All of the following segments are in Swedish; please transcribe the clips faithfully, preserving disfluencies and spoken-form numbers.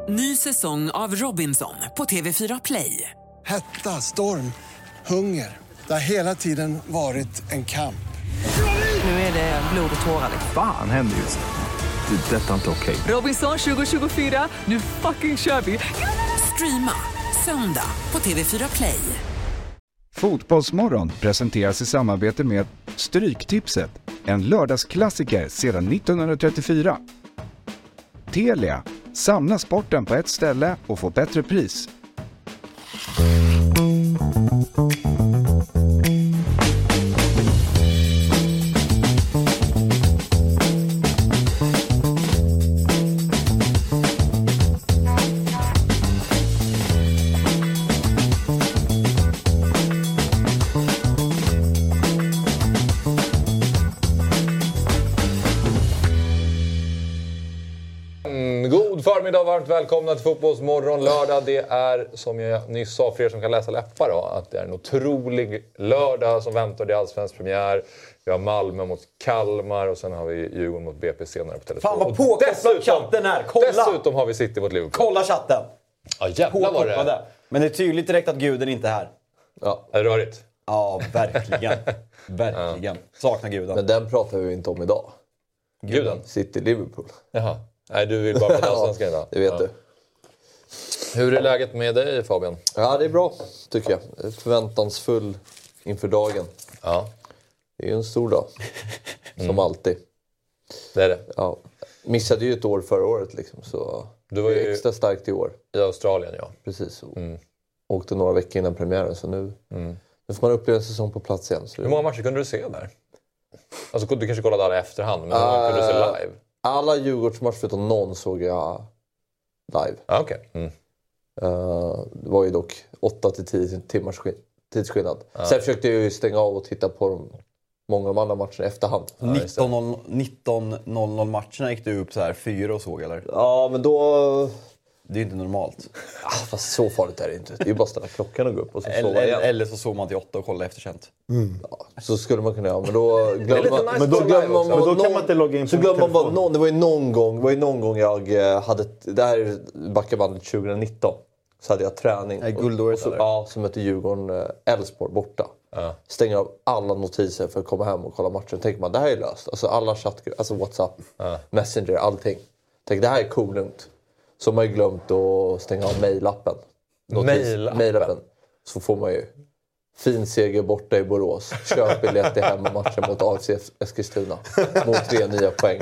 Ny säsong av Robinson på T V fyra Play. Hetta, storm, hunger. Det har hela tiden varit en kamp. Nu är det blod och tårar. Fan händer just det. Det är detta inte okej. Robinson tjugo tjugofyra, nu fucking kör vi. Streama söndag på T V fyra Play. Fotbollsmorgon presenteras i samarbete med Stryktipset, en lördagsklassiker sedan nittonhundratrettiofyra. Telia, samla sporten på ett ställe och få bättre pris. Förmiddag, varmt välkomna till Fotbollsmorgon lördag. Det är, som jag nyss sa för er som kan läsa läppar då, att det är en otrolig lördag som väntar. Det är allsvensk premiär. Vi har Malmö mot Kalmar och sen har vi Djurgården mot B P senare på telefon. Fan vad påkopplad chatten är. Kolla! Dessutom har vi City mot Liverpool. Kolla chatten! Ja, jävlar var det. Men det är tydligt direkt att guden inte är här. Ja, är det rörigt? Ja, verkligen. Verkligen. Saknar guden. Men den pratar vi inte om idag. Guden? City Liverpool. Jaha. Nej, du vill bara prata allsvenskan idag. Det vet ja. du. Hur är läget med dig, Fabian? Ja, det är bra, tycker jag. Förväntansfull inför dagen. Ja. Det är ju en stor dag. Som mm. alltid. Det är det. Ja. Missade ju ett år förra året, liksom, så du var det är ju extra starkt i år. I Australien, ja. Precis. Mm. Åkte några veckor innan premiären, så nu, mm. nu får man uppleva en säsong på plats igen. Så hur många matcher kunde du se där? Alltså, du kanske kollade alla i efterhand, men hur många kunde du se live? Alla Djurgårdsmatcher förutom någon såg jag live. Ah, okay. mm. uh, Det var ju dock åtta till tio timmars tidsskillnad. Ah. Sen försökte jag ju stänga av och titta på de, många av de andra matcherna i efterhand. nitton noll noll matcherna gick du upp så här fyra och såg, eller? Ja, men då... Det är ju inte normalt. Ah, fast så farligt är det inte. Det är ju bara att ställa klockan och gå upp och så eller, sova igen. Eller så såg man till åtta och kollade efterkänt. Mm. Ja, så skulle man kunna göra. Men då glömmer man... nice Men då, glömmer man, men då någon, kan man inte logga in på så glömmer man bara någon, det var ju någon gång, det var ju någon gång jag hade... Det här är backabandet tjugonitton. Så hade jag träning. Nej, guldåret, och så, ja, som hette Djurgården Elfsborg borta. Uh. Stänger av alla notiser för att komma hem och kolla matchen. Tänker man, det här är löst. Alltså alla chatt, alltså WhatsApp, uh. Messenger, allting. Tänk, det här är cool lugnt. Så har man ju glömt att stänga av mejlappen. Mejlappen? Så får man ju fin seger borta i Borås. Köp biljett till hemmamatchen mot A F C Eskilstuna. Mot tre nya poäng.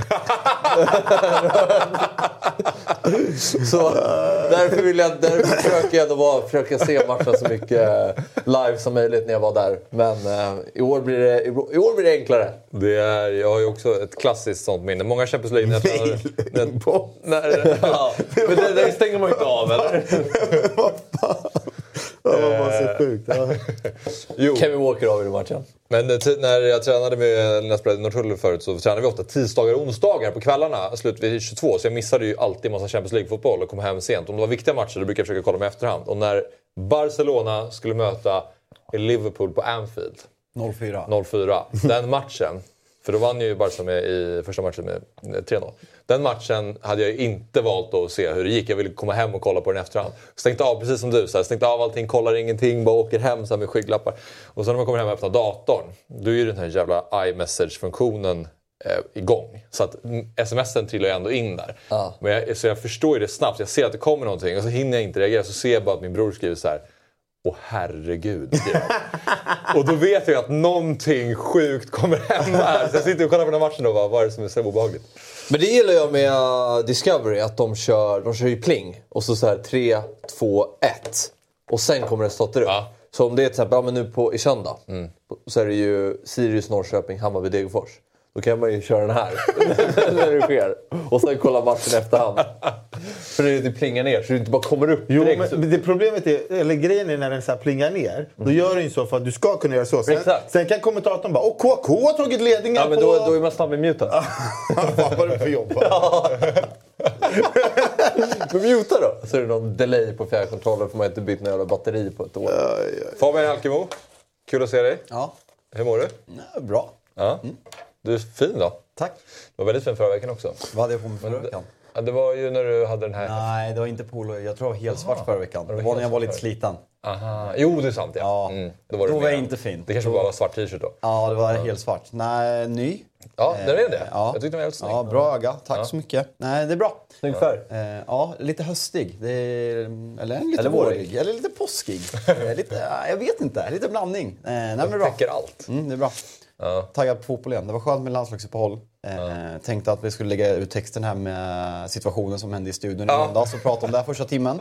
Så därför vill jag, därför försöker jag, då försöka se matchen så mycket live som möjligt när jag var där. Men eh, i, år blir det, i år blir det enklare. Det är, jag har ju också ett klassiskt sånt minne. Många Champions League när jag när, på, när, ja, men det, det stänger man ju inte av, eller? Vad fan? Det var så sjukt. Jo. Kevin Walker av i matchen. Men t- när jag tränade med Näsbred Norrtull förut så tränade vi ofta tisdagar och onsdagar på kvällarna. Slut vid tjugotvå. Så jag missade ju alltid en massa Champions League-fotboll och kom hem sent. Om det var viktiga matcher då brukar jag försöka kolla med efterhand. Och när Barcelona skulle möta Liverpool på Anfield noll fyra noll fyra den matchen, för då vann ju Barca med i första matchen med tre noll. Den matchen hade jag inte valt att se hur det gick. Jag ville komma hem och kolla på den efterhand. Stängt av, precis som du. Så här, stängt av allting, kollar ingenting, bara åker hem så här med skygglappar. Och sen när man kommer hem och öppnar datorn, då är ju den här jävla iMessage-funktionen eh, igång. Så att smsen trillar ju ändå in där. Ah. Men jag, så jag förstår ju det snabbt. Jag ser att det kommer någonting och så hinner jag inte reagera. Så ser jag bara att min bror skriver så här: åh herregud. Och då vet jag att någonting sjukt kommer hända här. Så jag sitter och kollar på den här matchen och bara, vad är det som är så obehagligt? Men det gillar jag med Discovery, att de kör, de kör ju pling. Och så så här tre, två, ett. Och sen kommer det starta upp. Ja. Så om det är till exempel, ja, men nu på, i söndag. Mm. Så är det ju Sirius, Norrköping, Hammarby, Degerfors. Då kan man ju köra den här när det sker. Och sen kolla matchen i efterhand. För det, det plingar ner så det inte bara kommer upp direkt. Jo, men det problemet är, eller grejen är när den så här plingar ner. Då gör du ju så för att du ska kunna göra så. Sen, sen kan kommentatorn bara, åh K K har tagit ledningen ja, men på... Då, då är man snabb med muten. Vad var det för jobb? Ja. Men muta då. Så är det någon delay på fjärrkontrollen för man inte bytt några batteri på ett år. Ja, ja. Fabian Alkemo, kul att se dig. Ja. Hur mår du? Ja, bra. Ja. Mm. Du är fin då. Tack. Du var väldigt fin förra veckan också. Vad hade jag på mig förra veckan? Ja, det var ju när du hade den här... Nej, det var inte polo. Jag tror det var helt svart förra veckan. Det var, det var när jag var lite sliten. Aha. Jo, det är sant. Ja. Ja. Mm. Då var, då det var jag inte fin. Det kanske bara var svart t-shirt då? Ja, det var ja. helt svart. Nej, ny. Ja, den är det. Ja. Jag tyckte den var helt snygg. Ja, bra öga. Tack ja. så mycket. Nej, det är bra. Snygg färg. Eh, ja, lite höstig. Det är, eller lite eller vårig. Eller lite påskig. lite, jag vet inte. Lite blandning. Eh, nej, men det är bra. Täcker allt. Mm, det är bra. Ja. Taggad på fotboll igen. Det var skönt med landslagsuppehåll. Eh, ja. Tänkte att vi skulle lägga ut texten här med situationen som hände i studion ja. i måndag. Så prata om det här första timmen.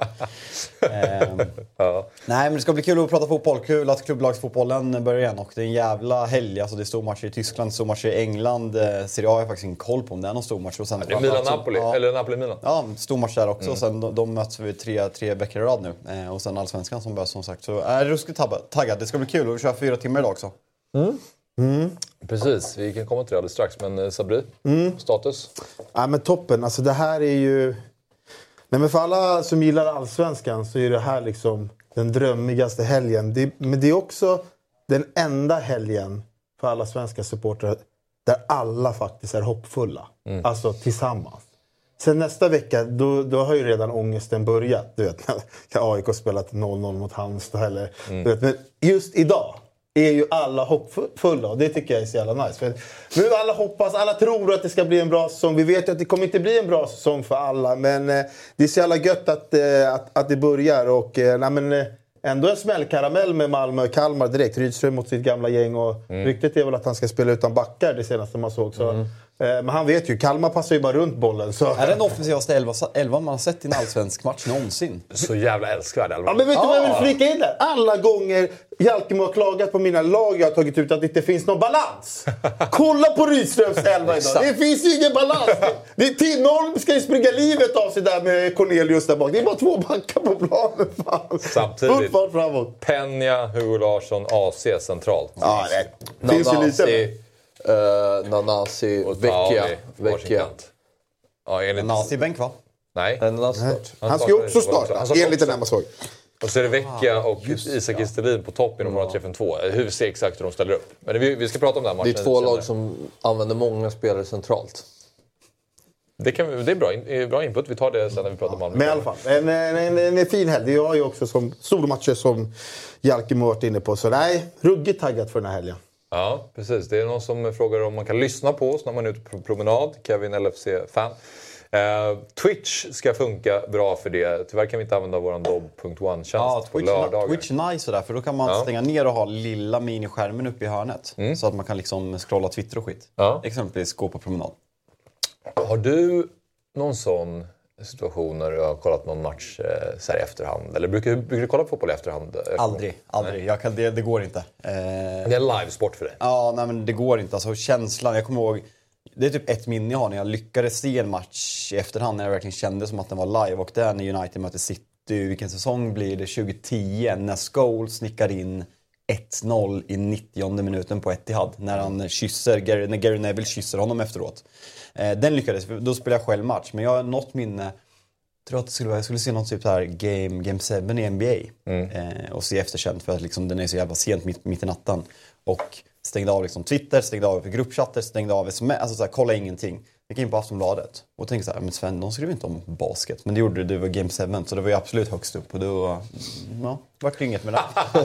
eh, ja. Nej, men det ska bli kul att prata fotboll. Kul att klubblagsfotbollen börjar igen. Och det är en jävla helg. Alltså, det är stormatcher i Tyskland, stormatcher i England. Eh, Serie A har jag faktiskt ingen koll på om det är någon stormatch. Och sen ja, det är Milan-Napoli. Ja. Eller Napoli-Milan. Ja, stormatch där också. Mm. Och sen de, de möts vi tre, tre veckor i rad nu. Eh, och sen Allsvenskan som börjar som sagt. Så är äh, ruskigt taggad. Det ska bli kul. Och vi kör fyra timmar idag också. Mm. Mm. Precis, vi kan komma till det alldeles strax. Men Sabri, mm. status? Ja, men toppen. Alltså det här är ju... Nej, men för alla som gillar Allsvenskan så är det här liksom den drömmigaste helgen. Det, men det är också den enda helgen för alla svenska supportrar där alla faktiskt är hoppfulla. Mm. Alltså tillsammans. Sen nästa vecka, då, då har ju redan ångesten börjat. Du vet, när A I K spelat noll noll mot Halmstad. Eller, mm. du vet, men just idag är ju alla hoppfulla och det tycker jag är så jävla nice. För nu alla hoppas, alla tror att det ska bli en bra säsong. Vi vet ju att det kommer inte bli en bra säsong för alla, men eh, det är så jävla gött att, eh, att, att det börjar. Och eh, nej, men, eh, ändå en smällkaramell med Malmö och Kalmar direkt. Rydström mot sitt gamla gäng och mm. ryktet är väl att han ska spela utan backar det senaste man såg. Så, mm. Men han vet ju, Kalmar passar ju bara runt bollen. Så. Är det den offensivaste elva, elva man har sett i en allsvensk match någonsin? Så jävla älskvärd elva. Ja, men vet du vad jag vill flika in där? Alla gånger Jalkemo har klagat på mina lag jag har tagit ut att det inte finns någon balans. Kolla på Rydströms elva idag. Det finns ju ingen balans. Det är till Norm ska ju springa livet av sig där med Cornelius där bak. Det är bara två backar på planen. Fan. Samtidigt. Full fart framåt. Penja, Hugo Larsson, A C centralt. Ja, det finns ju lite. Uh, Nanasi, Vecchia. Vecchia. Ja, enligt... Nanasi bänk va? Nej. Nej. Han, han ska ju också starta, enligt den här man såg. Och så är det Vecchia och ah, Isak Kistelin på topp inom våra tre fem två. Hur ser exakt hur de ställer upp. Men vi, vi ska prata om den här matchen. Det är två lag som använder många spelare centralt. Det, kan vi, det är bra, bra input. Vi tar det sen när vi pratar om Malmö. Men i alla fall, en, en, en, en fin helg. Det har ju också som stormatcher som Jalkemo varit inne på. Så nej, ruggigt taggat för den här helgen. Ja, precis. Det är någon som frågar om man kan lyssna på oss när man är ute på promenad. Kevin L F C-fan. Uh, Twitch ska funka bra för det. Tyvärr kan vi inte använda vår dobb punkt one-tjänst ja, på lördagar. Twitch är nice sådär, för då kan man ja. stänga ner och ha lilla miniskärmen uppe i hörnet. Mm. Så att man kan liksom scrolla Twitter och skit. Ja. Exempelvis gå på promenad. Har du någon sån situation när du har kollat någon match eh, så här i efterhand? Eller brukar, brukar du kolla på fotboll i efterhand? Aldrig, aldrig. Jag kan, det, det går inte. Eh, det är livesport för dig? Ja, nej, men det går inte. Alltså känslan, jag kommer ihåg, det är typ ett minne jag har när jag lyckades se en match i efterhand när jag verkligen kände som att den var live. Och det är när United möter City. Vilken säsong blir det? tjugo tio när Scholes snickar in ett noll i nittionde minuten på Etihad. När han kysser, Gary, när Gary Neville kysser honom efteråt. Eh, den lyckades, då spelade jag själv match. Men jag har något minne, tror att jag skulle, jag skulle se något typ så här game, game sju i N B A. Mm. Eh, och se efterkänt för att liksom, den är så jävla sent mitt, mitt i natten. Och stängde av liksom Twitter, stängde av för gruppchatter, stängde av sms, alltså så här, kolla ingenting. Jag gick in på Aftonbladet och tänkte så här, men Sven, de skriver inte om basket. Men det gjorde det, det var game sju, så det var ju absolut högst upp. Och då, ja, vart det inget med det.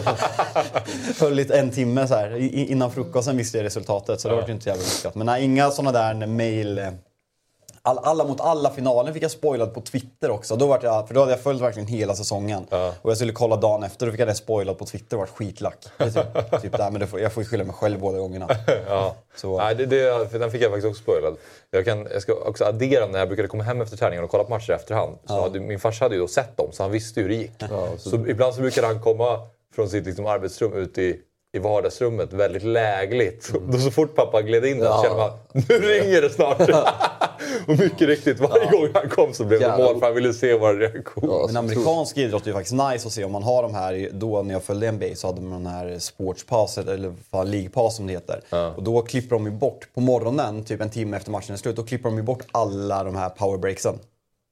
Höll lite en timme så här, innan frukosten visste jag resultatet, så det ja. var ju inte jävla lyckat. Men nej, inga sådana där mail... All, alla mot alla finalen fick jag spoilad på Twitter också. Då var jag, för då hade jag följt verkligen hela säsongen. Ja. Och jag skulle kolla dagen efter och fick jag det spoilad på Twitter och var skitlack. Typ, typ där, men det får, jag får ju skylla mig själv båda gångerna. Ja. Så. Nej, det, det, för den fick jag faktiskt också spoilad. Jag, kan, jag ska också addera när jag brukade komma hem efter träningen och kolla på matcher i efterhand. Så ja. hade, min farsa hade ju då sett dem, så han visste hur det gick. Ja, så... så ibland så brukade han komma från sitt liksom, arbetsrum ut i... i vardagsrummet väldigt lägligt. Mm. Då så fort pappa gled in där ja. kände man, nu ringer det snart. Och mycket riktigt, varje ja. gång han kom så blev det mål för han ville se vår reaktion. Ja, men amerikansk idrott är ju faktiskt nice att se. Om man har de här, då när jag följde N B A så hade man den här sportspasset, eller League Pass som det heter. Ja. Och då klipper de ju bort, på morgonen, typ en timme efter matchen är slut, då klipper de ju bort alla de här powerbreaksen.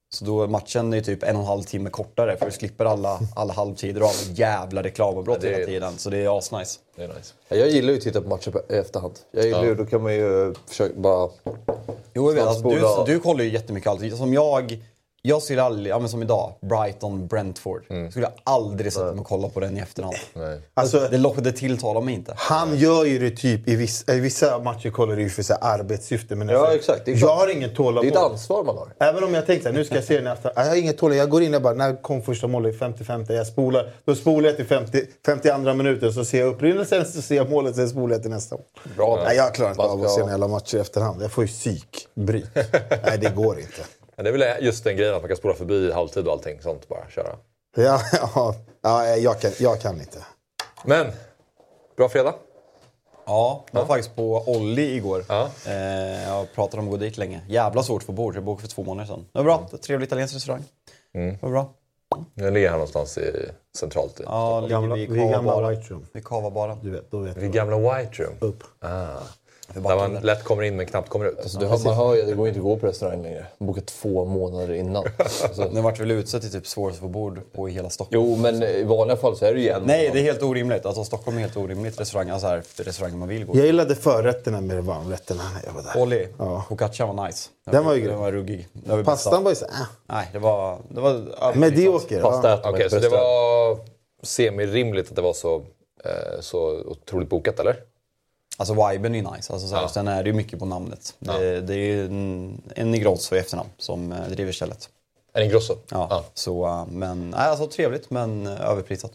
Så då matchen är typ en och en halv timme kortare för du slipper alla, alla halvtider och alla jävla reklamavbrott Ja, det är- hela tiden. Så det är asnice. Det är nice. Jag gillar ju att titta på matcher på- i efterhand. Jag gillar ju, då kan man ju försöka bara... Jo, jag vet, alltså, du, Snabbspola. du kollar ju jättemycket alltid. Som jag, jag skulle aldrig, ja men som idag, Brighton, Brentford. Skulle jag aldrig sätta mig och kolla på den i efterhand. Nej. Alltså, Det, lock- det tilltalar mig inte. han gör ju det typ i vissa, i vissa matcher kollar det ju för så här arbetssyfte. Men Ja, alltså, exakt. Det är jag klart. har ingen Det är tålamod. ett ansvar man har. Även om jag tänkte så här, nu ska jag se den efter. Jag har inget tålamod. Jag går in och bara, när kom första målet? femtio femtio. Jag spolar. Då spolar jag till femtio, femtioandra minuten. Så ser jag upprinnelsen, så ser jag målet, sen spolar jag till nästa. Bra. Nej, jag klarar inte Man av ska- att se en jävla matcher i efterhand. Jag får ju psykbryt. Nej, det går inte. Men det är väl just den grejen att man kan spola förbi halvtid och allting sånt. Bara köra. Ja, ja, ja jag, kan, jag kan inte. Men, bra fredag. Ja, jag var faktiskt på Olli igår. Ja. Eh, jag pratade om att gå dit länge. Jävla svårt för bord. Jag bokade för två månader sedan. Det var bra. Det var trevlig italiensk restaurang. Det var bra. Den ligger här någonstans i centralt. I. Ja, ligger Gamla, vid vi är gamla Kavabaren. White Room. Vid Kavabaren. Du vet, då vet Vid du. gamla White Room. Upp. Ah. För Där man backen där. lätt kommer in men knappt kommer ut. Alltså, du hör, man hör ju att det går inte att gå på restaurang längre. Boka två månader innan. Alltså, Den vart väl utsett till typ svårast att få bord på i hela Stockholm. jo, men i vanliga fall så är det ju en Nej, månad. det är helt orimligt. Alltså Stockholm är helt orimligt. Restauranger, alltså här, restauranger man vill gå Jag gillade förrätterna med varmrätterna när jag var där. Olli, Ja. focaccia var nice. Den var ju grym. Den var ruggig. Det var Pastan var ju så äh, Nej, det var... Det var medioker. Pasta Ja. äter man Okej, inte så på det restaurang. var semi-rimligt att det var så, eh, så otroligt bokat, eller? Alltså viben är ju nice. Alltså, så här, Ja. Sen är det ju mycket på namnet. Ja. Det, det är ju en, en Ingrosso i efternamn som eh, driver stället. En Ingrosso? Ja, Ja. Så, eh, men nej, alltså trevligt men eh, överprisat.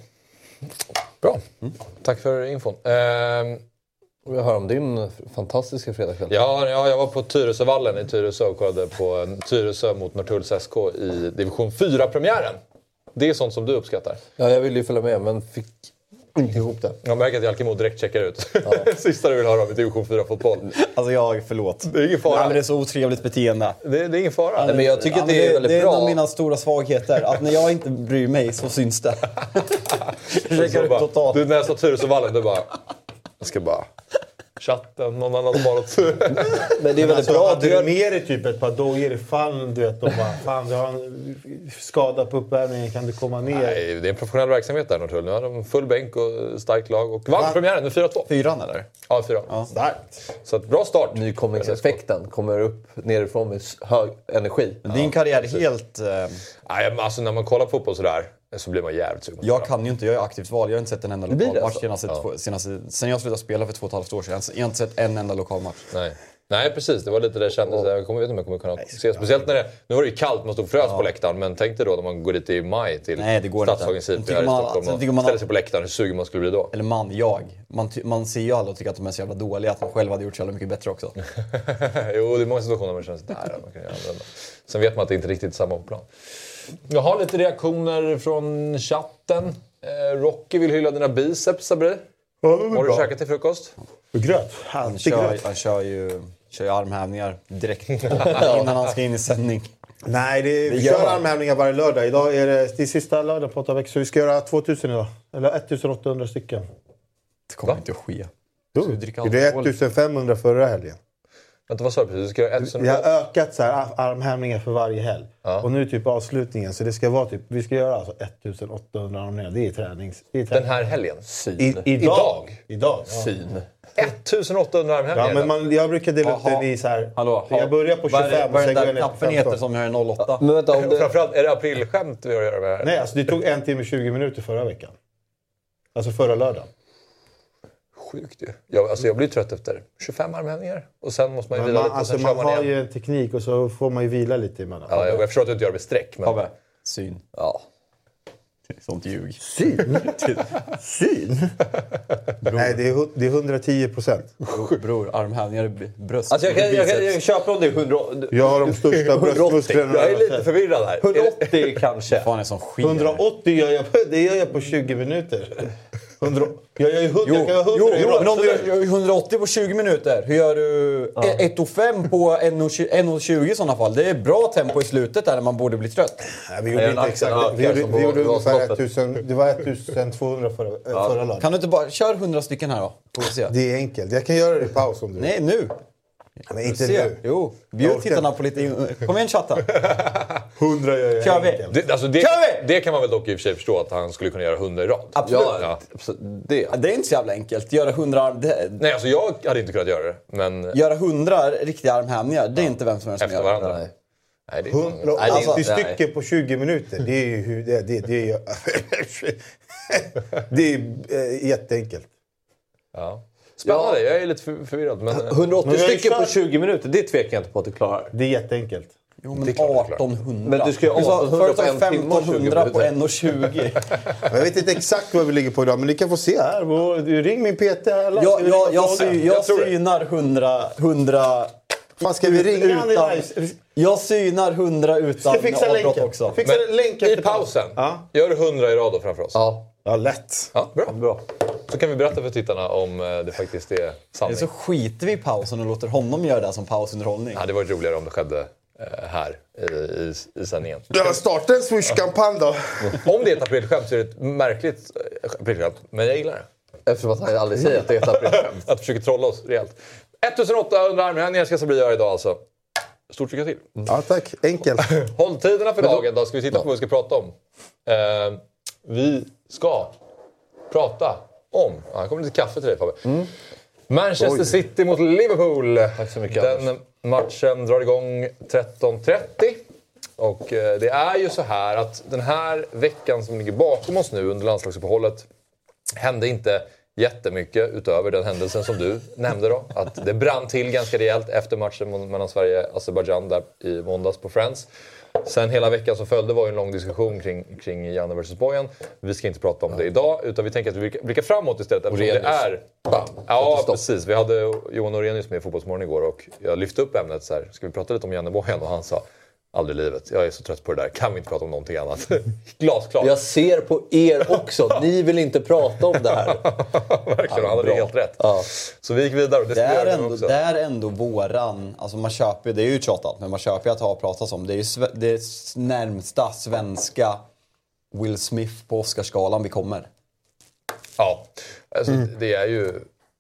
Bra. Tack för infon. Ehm, Och jag hör om din fantastiska fredagskväll. ja, ja, jag var på Tyresövallen i Tyresö och kollade på en Tyresö mot Norrtulls S K i division fyra-premiären. Det är sånt som du uppskattar. Ja, jag ville ju följa med men fick inte ihop det. Jag märker att Jalkemo direkt checkar ut. Sista du vill höra om i division fyra-fotboll. Alltså jag, förlåt. Det är ingen fara. Nej, men det är så otrevligt beteende. Det, det är ingen fara. Nej, men jag tycker Ja, att men det är väldigt det är bra. en av mina stora svagheter. Att när jag inte bryr mig så syns det. Jag checkar Så ut bara, totalt. du, när jag sa Tyresövallen, du bara... Jag ska bara... Chatten, någon annan som har något... Men det är väldigt Alltså, bra. hade Du du gör... med dig typ ett par dojor ifall du vet, de bara, fan du har en skada på uppvärmningen, kan du komma ner? Nej, det är en professionell verksamhet där Norrtull. Nu har de full bänk och starkt lag och vann premiären med fyra två. Fyran eller? Ja, fyra. Starkt. Så att bra start. Nykomlingseffekten kommer upp nerifrån med hög energi. Men din karriär är helt... Eh, Nej, men alltså, när man kollar på fotboll sådär så blir man jävligt sugen. jag kan ju inte, jag är aktivt val. Jag har inte sett en enda blir det lokalmatch alltså? senaste, två, senaste, sen jag slutade spela för två och ett halvt år sedan. Jag har inte sett en enda lokalmatch. Nej. Nej, precis. Det var lite det jag kände. Jag kommer vet inte om jag kommer kunna se. Speciellt när det... Nu var det ju kallt, man stod och frös på läktaren. Men tänk dig då när man går dit i maj till Nej, det går Stadshagens inte. City här i man- Stockholm sen och tycker man- ställer sig på läktaren. Hur sugen man skulle bli då. Eller man, jag. Man, ty- man ser ju alla och tycker att de är så jävla dåliga. Att man själv hade gjort så jävla mycket bättre också. Jo, det är många situationer man känner sig där. Man kan göra annorlunda. Sen vet man att det inte är riktigt samma på plan. Jag har lite reaktioner från chatten. Eh, Rocky vill hylla dina biceps, Sabri. Ja, det Har du käkat till frukost? Gröt. Han Alltid kör, gröt. han kör ju kör ju armhävningar direkt innan han ska in i sändning. Nej, det, vi gör kör han. armhävningar varje lördag. Idag är det, det är sista lördagen på åtta veckor, så vi ska göra tvåtusen idag. Eller ettusenåttahundra stycken. Det kommer Va? inte att ske. Jo, du dricka det är alkohol? ettusenfemhundra förra helgen. Vänta, vad sa du precis? Du ska göra ett Vi har ökat så här, armhävningar för varje helg. Ja. Och nu typ avslutningen. Så det ska vara typ, vi ska göra alltså ettusenåttahundra armhävningar. Det är tränings... Det är Den träning. här helgen. Syn. I, idag. Idag? Idag, ja. Syn. ettusenåttahundra armhävningar. Ja, men man, jag brukar dela upp Jaha. den i så här... Hallå, jag börjar på vad är det- tjugofem och vad är sen den går jag där ner till knappen heter femton. som gör en noll åtta? Men vänta, om det... Framförallt, är det aprilskämt vi har att göra med det här? Nej, alltså det tog en timme och tjugo minuter förra veckan. Alltså förra lördagen. Sjukt ju. Jag, alltså, jag blir trött efter tjugofem armhävningar. Och sen måste man ju Men vila man, lite och alltså, sen man kör man har igen. ju en teknik och så får man ju vila lite emellan. Ja, jag, jag förstår att du inte gör det med streck. Men... Fabbe, syn. Ja. Sånt ljug. Syn? Syn? Nej, det är, hu- det är hundratio procent. Bror, armhävningar i b- bröst. Alltså jag kan, jag kan biceps. jag köper om det är hundra... Jag har de största bröstmusklerna. Jag är lite förvirrad här. hundraåttio kanske. Fan är som skit. hundraåttio gör jag, det gör jag på tjugo minuter. hundra, jag gör ju hundra, Jo, jag kan göra jo, hundra i jo, rad. men om du gör hundraåttio på tjugo minuter, hur gör du ett komma fem på en komma tjugo i sådana fall? Det är bra tempo i slutet där när man borde bli trött. Nej, vi gjorde En inte axel exakt. ökar Vi gjorde, som vi på gjorde ungefär gasloppet. ettusen, det var ettusentvåhundra förra, äh, förra lördagen. Kan du inte bara köra hundra stycken här då? Får vi se. Det är enkelt. Jag kan göra det i paus om du vill. Nej, nu! Men inte Se. nu. Jo, bjud tittarna på lite... Kom igen chatta. Hundra gör jag Kör vi. enkelt. Det, alltså det, Kör vi! det kan man väl dock i och för sig förstå att han skulle kunna göra hundra i rad. Absolut. Ja, Ja. det. Det är inte så jävla enkelt. Göra hundra... Det, Nej, alltså jag hade inte kunnat göra det. Men göra hundra riktiga armhävningar, det är inte vem som helst som efter gör det. varandra. Nej. Nej, det är Hundra- Nej, det är åttio inte- stycken på tjugo minuter. Det är ju hur det, det, det är, det är eh, jätteenkelt. Ja. Spännande, jag är lite för, förvirrad. Men, hundraåttio Men jag är stycken på klar. tjugo minuter, det tvekar jag inte på att du klarar. Det är jätteenkelt. Jo, Det men är klart det är klart. artonhundra. Men du ska ju Du sa artonhundra förut på sa en timme och tjugo femtonhundra på minuter. en tjugo. Jag vet inte exakt vad vi ligger på idag, men ni kan få se här. Vår- Du ring min P T här. Jag, jag, jag, Ska vi sy, ringa jag frågan? tror det. synar hundra... hundra Fan, ska vi ringa han i utan, live? jag synar hundra Ska utan jag fixa avbrott länken? också. Fixa men länken i efter pausen, Ja. gör du hundra i rad då framför oss. Ja, Ja, lätt. Ja, bra. bra. Så kan vi berätta för tittarna om eh, det faktiskt är Eller sanning. så skiter vi i pausen och låter honom göra det som pausunderhållning. Det hade varit roligare om det skedde eh, här i, i, i sändningen. Jag startar en Swish-kampanj då. Om det är ett aprilskämt så är det ett märkligt eh, aprilskämt, men jag gillar det. Eftersom att han aldrig säger att det är ett aprilskämt. Att försöka trolla oss rejält. ettusenåttahundra armhävningar ska Sabri göra idag alltså. Stort lycka till. Ja, tack. Enkelt. Hålltiderna för dagen då ska vi titta på vad vi ska prata om. Eh, vi ska prata om... Ja, här kommer lite kaffe till dig Fabbe. Mm. Manchester Oj. City mot Liverpool. Tack så mycket, Den Anders. matchen drar igång tretton trettio. Och eh, det är ju så här att den här veckan som ligger bakom oss nu under landslagsuppehållet hände inte jättemycket utöver den händelsen som du nämnde då. Att det brann till ganska rejält efter matchen mellan Sverige och Azerbaijan där i måndags på Friends. Sen hela veckan som följde var ju en lång diskussion kring, kring Janne versus Bojan. Vi ska inte prata om det idag utan vi tänker att vi blickar, blickar framåt istället. Eftersom det är... Bam. Ja, precis. Vi hade Johan Orenius med i Fotbollsmorgon igår och jag lyfte upp ämnet så här. Ska vi prata lite om Janne Bojan? Och han sa, aldrig i livet. Jag är så trött på det där. Kan vi inte prata om någonting annat? Glasklart. Jag ser på er också. Ni vill inte prata om det här. Verkligen, han hade bra. helt rätt. Ja. Så vi gick vidare och det Det ska vi är, göra nu ändå, också. det är ändå våran, alltså man köper, det är ju tjatat, men man köper ju att ha pratat om. Det är ju sve, det närmsta svenska Will Smith på Oscarsgalan vi kommer. Ja, alltså, det är ju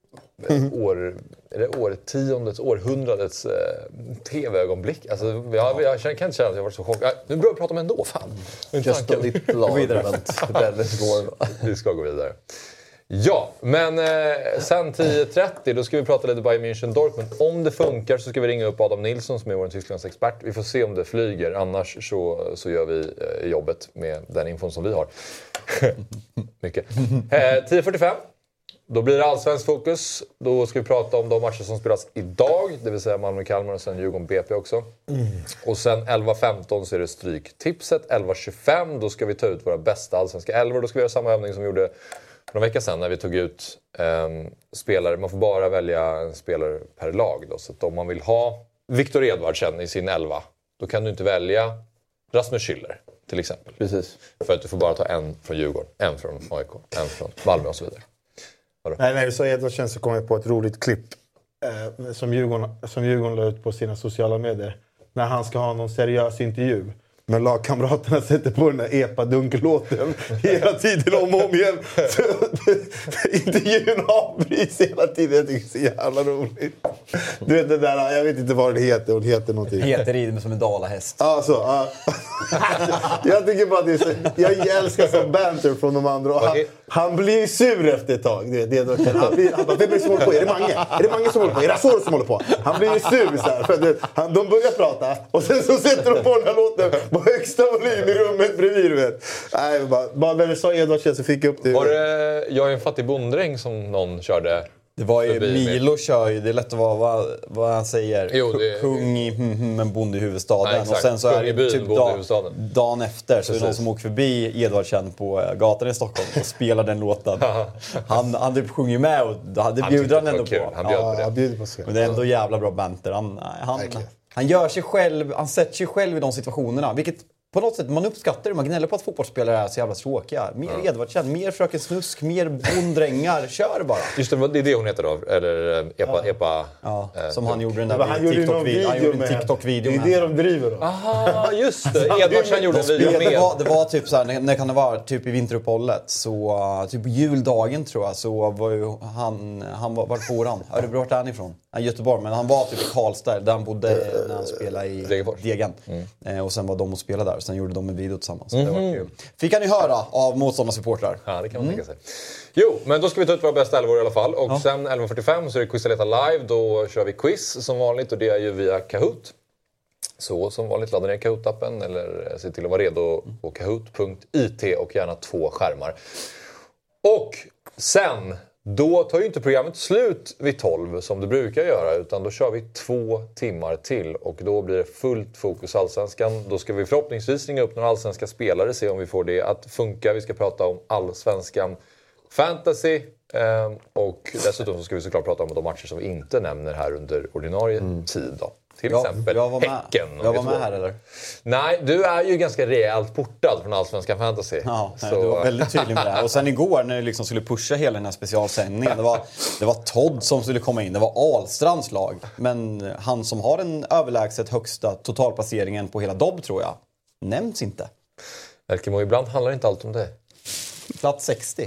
år, är det årtiondets, århundradets eh, tv-ögonblick. Alltså, jag, jag, jag kan inte känna att jag var så chockad. Äh, nu börjar vi prata om ändå, fan. Just a little argument. Dennis går. Vi ska gå vidare. Ja, men eh, sen tio trettio då ska vi prata lite Bayern München Dortmund. Om det funkar så ska vi ringa upp Adam Nilsson som är vår Tysklandsexpert. Vi får se om det flyger, annars så, så gör vi eh, jobbet med den infon som vi har. Mycket. Eh, tio fyrtiofem. Då blir det allsvensk fokus. Då ska vi prata om de matcher som spelas idag. Det vill säga Malmö-Kalmar och sen Djurgården-B P också. Mm. Och sen elva femton så är det stryktipset. elva tjugofem då ska vi ta ut våra bästa allsvenska elvor. Då ska vi göra samma övning som vi gjorde för några veckor sedan när vi tog ut eh, spelare. Man får bara välja en spelare per lag. Då. Så att om man vill ha Viktor Edvardsen i sin elva, då kan du inte välja Rasmus Schüller till exempel. Precis. För att du får bara ta en från Djurgården, en från A I K, en från Malmö och så vidare. Nej, när du sa Edvardsen så kom jag på ett roligt klipp eh, som, Djurgården, som Djurgården la ut på sina sociala medier. När han ska ha någon seriös intervju. Men lagkamraterna sätter på den där epa-dunk-låten hela tiden om och om igen. Så, intervjun avbryts hela tiden. Jag tycker det är så jävla roligt. Du vet det där, jag vet inte vad det heter. Hon heter någonting. Heter rider som en dalahäst. Alltså, uh, jag tycker bara att det är så, jag älskar som banter från de andra. Han, han blir sur efter ett tag. Det, det, det, han, blir, han bara, vem är det som håller på? Är det Mange? Är det Mange som håller på? Är det Asoro som håller på? Han blir ju sur så här, för det, han, de börjar prata och sen så sätter de på den här låten på högsta volym i rummet bredvid, du vet. Nej, bara, bara när vi sa Edvardsen så fick jag upp det. Var det Jag är en fattig bonddräng som någon körde? Det var ju, förbi Milo kör ju, det är lätt att vara vad, vad han säger. Jo, det- Kung i hm, hm, men bonde i huvudstaden. Ja, exakt. och sen så Kung är i det byn, typ bonde i dag, huvudstaden. dagen efter så är det någon Precis. som åker förbi Edvardsen på eh, gatan i Stockholm och spelar den låten. Han, han typ sjunger med och det Han bjuder tyckte han det var ändå kul. på. Han bjöd på Ja, det. jag bjuder på sig. Men det är ändå jävla bra banter. Han, han, Verkligen. han gör sig själv, han sätter sig själv i de situationerna. Vilket på något sätt, man uppskattar det. Man gnäller på att fotbollsspelare är så jävla tråkiga. Mer ja. Edvardsen, mer Fröken Snusk, mer bonddrängar. Kör bara. Just det, det är det hon heter då. Eller Epa... Ja. Epa ja, eh, som han gjorde den där han gjorde TikTok-videon. Han gjorde en TikTok-video. Det är det de driver då. Aha, just det. Edvardsen gjorde en video med. Det var, det var typ så här, när kan det vara? Typ i vinteruppehållet. Så typ juldagen tror jag. Så var ju han... Han var... Vart bor han? Örebro, vart är han ifrån? Han är Göteborg, men han var typ i Karlstad. Där han bodde när han spelade i Degerfors. Degen. Mm. Eh, och sen var de och spelade där. Sen gjorde de en video tillsammans. Mm-hmm. Det var kul. Fick han ju höra av motståndarsupportrar. Ja, det kan man mm. tänka sig. Jo, men då ska vi ta ut våra bästa elvor i alla fall. Och ja. sen elva fyrtiofem så är det Quizaleta live. Då kör vi quiz som vanligt och det är ju via Kahoot. Så som vanligt, ladda ner Kahoot-appen eller se till att vara redo på kahoot punkt i t och gärna två skärmar. Och sen, då tar ju inte programmet slut vid tolv som det brukar göra, utan då kör vi två timmar till och då blir det fullt fokus allsvenskan. Då ska vi förhoppningsvis ringa upp några allsvenska spelare, se om vi får det att funka. Vi ska prata om allsvenskan fantasy eh, och dessutom så ska vi såklart prata om de matcher som vi inte nämner här under ordinarie mm. tid då. Till jag, exempel jag var med. Häcken. Jag var med här eller? Nej, du är ju ganska rejält portad från allsvenska fantasy. Ja, så... du var väldigt tydlig med det. Och sen igår när du liksom skulle pusha hela den här specialsändningen. Det var, det var Todd som skulle komma in. Det var Ahlstrands lag. Men han som har den överlägset högsta totalplaceringen på hela Dobb tror jag, nämns inte. Elkemo, ibland handlar inte allt om dig. Plats sextio.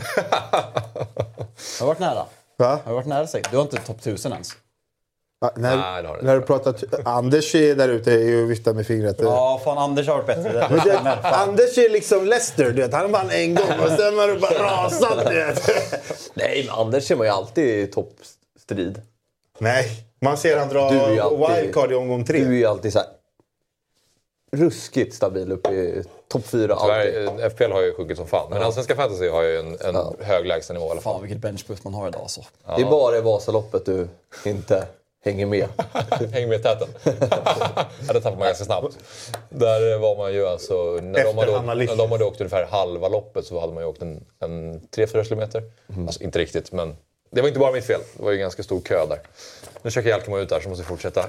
Har du varit nära? Va? Har du varit nära sextio? Du har inte topp tusen ens. Ja, när, Nej, det har det när du pratar... Anders är där ute och viftar med fingret. Ja, fan Anders har varit bättre. Det, men det, Anders är liksom Leicester, du vet. Han vann en gång och sen har du bara rasat, du vet. Nej, men Anders ser man ju alltid i toppstrid. Nej, man ser han dra alltid, wildcard i omgång tre. Du är ju alltid så här ruskigt stabil upp i topp fyra. Tyvärr, F P L har ju sjunkit som fan. Men ja. Allsvenska fantasy har ju en, en ja. hög lägstanivå i alla fall. Fan, vilket benchboost man har idag så. Ja. Det är bara i Vasaloppet du inte hänger med. Hänger med i täten. Ja, det tappar man ganska snabbt. Där var man ju alltså... När de, hade, när de hade åkt ungefär halva loppet så hade man ju åkt en, en tre fyra kilometer. Mm. Alltså inte riktigt, men... Det var inte bara mitt fel. Det var ju en ganska stor kö där. Nu försöker Jalkemo ut där så måste vi fortsätta.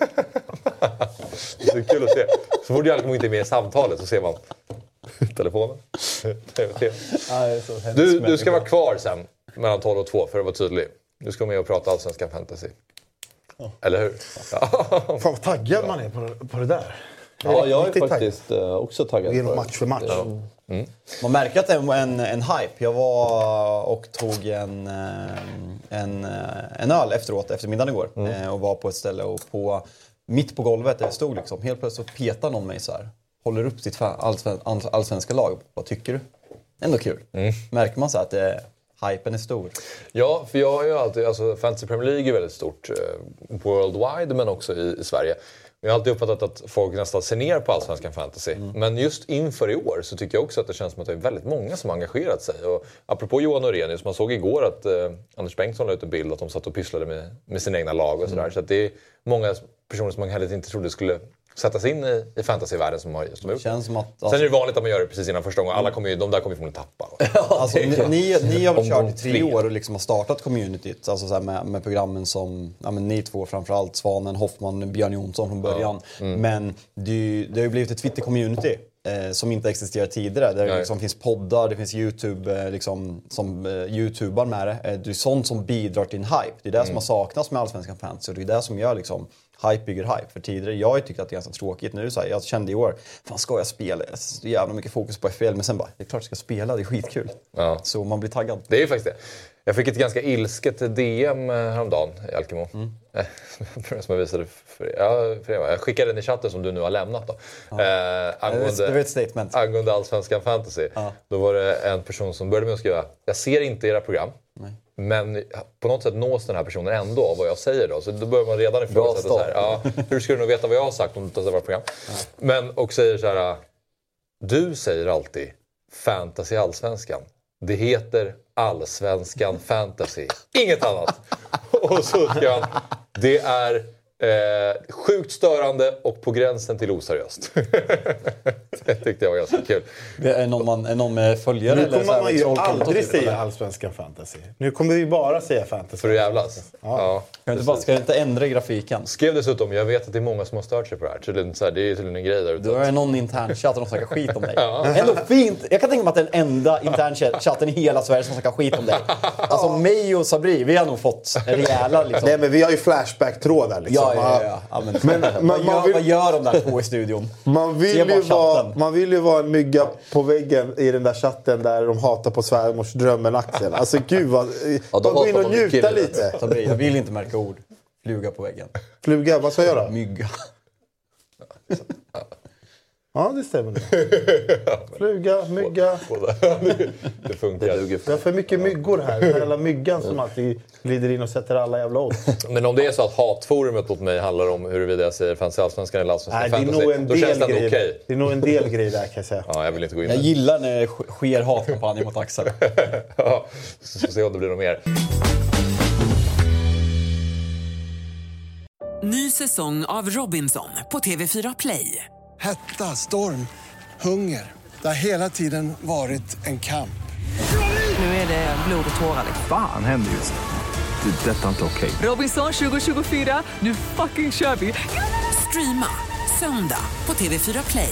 Det är kul att se. Så fort Jalkemo inte är med i samtalet så ser man telefonen. Du, du ska vara kvar sen mellan tolv och två för att vara tydlig. Du ska med och prata allsvenska fantasy. Ja. Eller hur? Ja. Fan vad taggad man är på, på det där. Ja, jag är faktiskt taggad. också taggad. Genom match för match. Ja. Mm. Man märker att det är en, en hype. Jag var och tog en, en, en öl efteråt, eftermiddagen igår. Mm. Och var på ett ställe och på, mitt på golvet där jag stod liksom. Helt plötsligt så petar någon mig så här. Håller upp sitt allsven, allsvenska lag. Vad tycker du? Ändå kul. Mm. Märker man så att det, hypen är stor? Ja, för jag har ju alltid... Alltså, Fantasy Premier League är väldigt stort. Eh, worldwide, men också i, i Sverige. Jag har alltid uppfattat att folk nästan ser ner på allsvenskan fantasy. Mm. Men just inför i år så tycker jag också att det känns som att det är väldigt många som har engagerat sig. Och apropå Johan Norenius, man såg igår att eh, Anders Bengtsson la ut en bild att de satt och pysslade med, med sina egna lag och sådär. Mm. Så att det är många personer som man heller inte trodde skulle sätta sig in i, i fantasyvärlden som har, som har gjort det. Som att, alltså... Sen är det vanligt att man gör det precis innan första gången. Alla kommer ju, de där kommer ju förmodligen tappa. Alltså, ni, ni, ni har väl kört i tre år och liksom har startat communityt alltså så här med, med programmen som ja, men ni två framförallt, Svanen, Hoffman, Björn Jonsson från början. Ja. Mm. Men det, det har ju blivit ett Twitter-community eh, som inte existerat tidigare. Där det liksom finns poddar, det finns YouTube eh, liksom, som eh, YouTubar med det. Eh, det är sånt som bidrar till en hype. Det är det mm. som har saknats med allsvenskan fans. Och det är det som gör liksom hype bygger hype. För tidigare, jag har ju tyckt att det är ganska tråkigt. Nu så här, jag kände i år, fan ska jag spela? Det är jävla mycket fokus på F P L. Men sen bara, det är klart jag ska spela, det är skitkul. Ja. Så man blir taggad. Det är ju faktiskt det. Jag fick ett ganska ilsket D M häromdagen i Alkemo. Mm. som jag visade för, ja, för jag skickade den i chatten som du nu har lämnat då. Ja. Eh, angående, det var ett statement. Angående allsvenskan fantasy. Ja. Då var det en person som började med att skriva, jag ser inte era program. Nej. Men på något sätt nås den här personen ändå av vad jag säger då. Så då börjar man redan ifrågasätta så här. Ja, hur ska du nog veta vad jag har sagt om du inte har sett vårt program? Ja. Men, och säger så här. Du säger alltid fantasy allsvenskan. Det heter allsvenskan fantasy. Inget annat. Och så ska han. Det är Eh, sjukt störande och på gränsen till oseriöst. Det tyckte jag var ganska kul. Är någon, man, är någon med följare? Nu eller kommer så här, man ju trollkonto aldrig typ, säga Allsvenskan fantasy. Nu kommer vi bara säga fantasy. För att jävlas. Ja. Ja. Kan inte bara, ska jag inte ändra grafiken? Skrev dessutom, jag vet att det är många som har stört sig på det här. Tydligen, så här, det är tydligen en grej där ute. Då är det någon intern chatt som snackar skit om dig. Ja. Ändå fint. Jag kan tänka mig att den enda intern chatten i hela Sverige som snackar skit om dig. Alltså mig och Sabri, vi har nog fått rejäla liksom. Nej, men vi har ju flashback-trådar liksom. Ja, ja, ja. ja men, Men, vad, man, gör, man, vill, vad gör de där två i studion? man, vill Se bara ju vara, chatten. man vill ju vara en mygga på väggen i den där chatten där de hatar på svärmors drömmen Axel. Alltså gud vad... Ja, bara gå in och hatar man njuta killen. lite. Sabri, jag vill inte märka ord. Fluga på väggen. Fluga, vad ska jag göra? Mygga. Ja, det stämmer nog. Fluga, mygga. Det funkar. Vi har för mycket myggor här. Den här jävla myggan som alltid glider in och sätter alla jävla odds. Men om det är så att hatforumet mot mig handlar om huruvida jag säger fantasy allsvenskan eller allsvenskan Nej, det är fantasy, nog en då känns del det ändå grejer. okej. Det är nog en del grejer där kan jag säga. Ja, jag vill inte gå in Jag där. gillar när det sker hatkampanjer mot Axel. Ja, så får vi se om det blir något mer. Ny säsong av Robinson på T V fyra Play. Hetta, storm, hunger. Det har hela tiden varit en kamp. Nu är det blod och tårar. Fan händer just nu. Det. Detta är inte okej. Robinson tjugo tjugofyra, nu fucking kör vi. Streama söndag på T V fyra Play.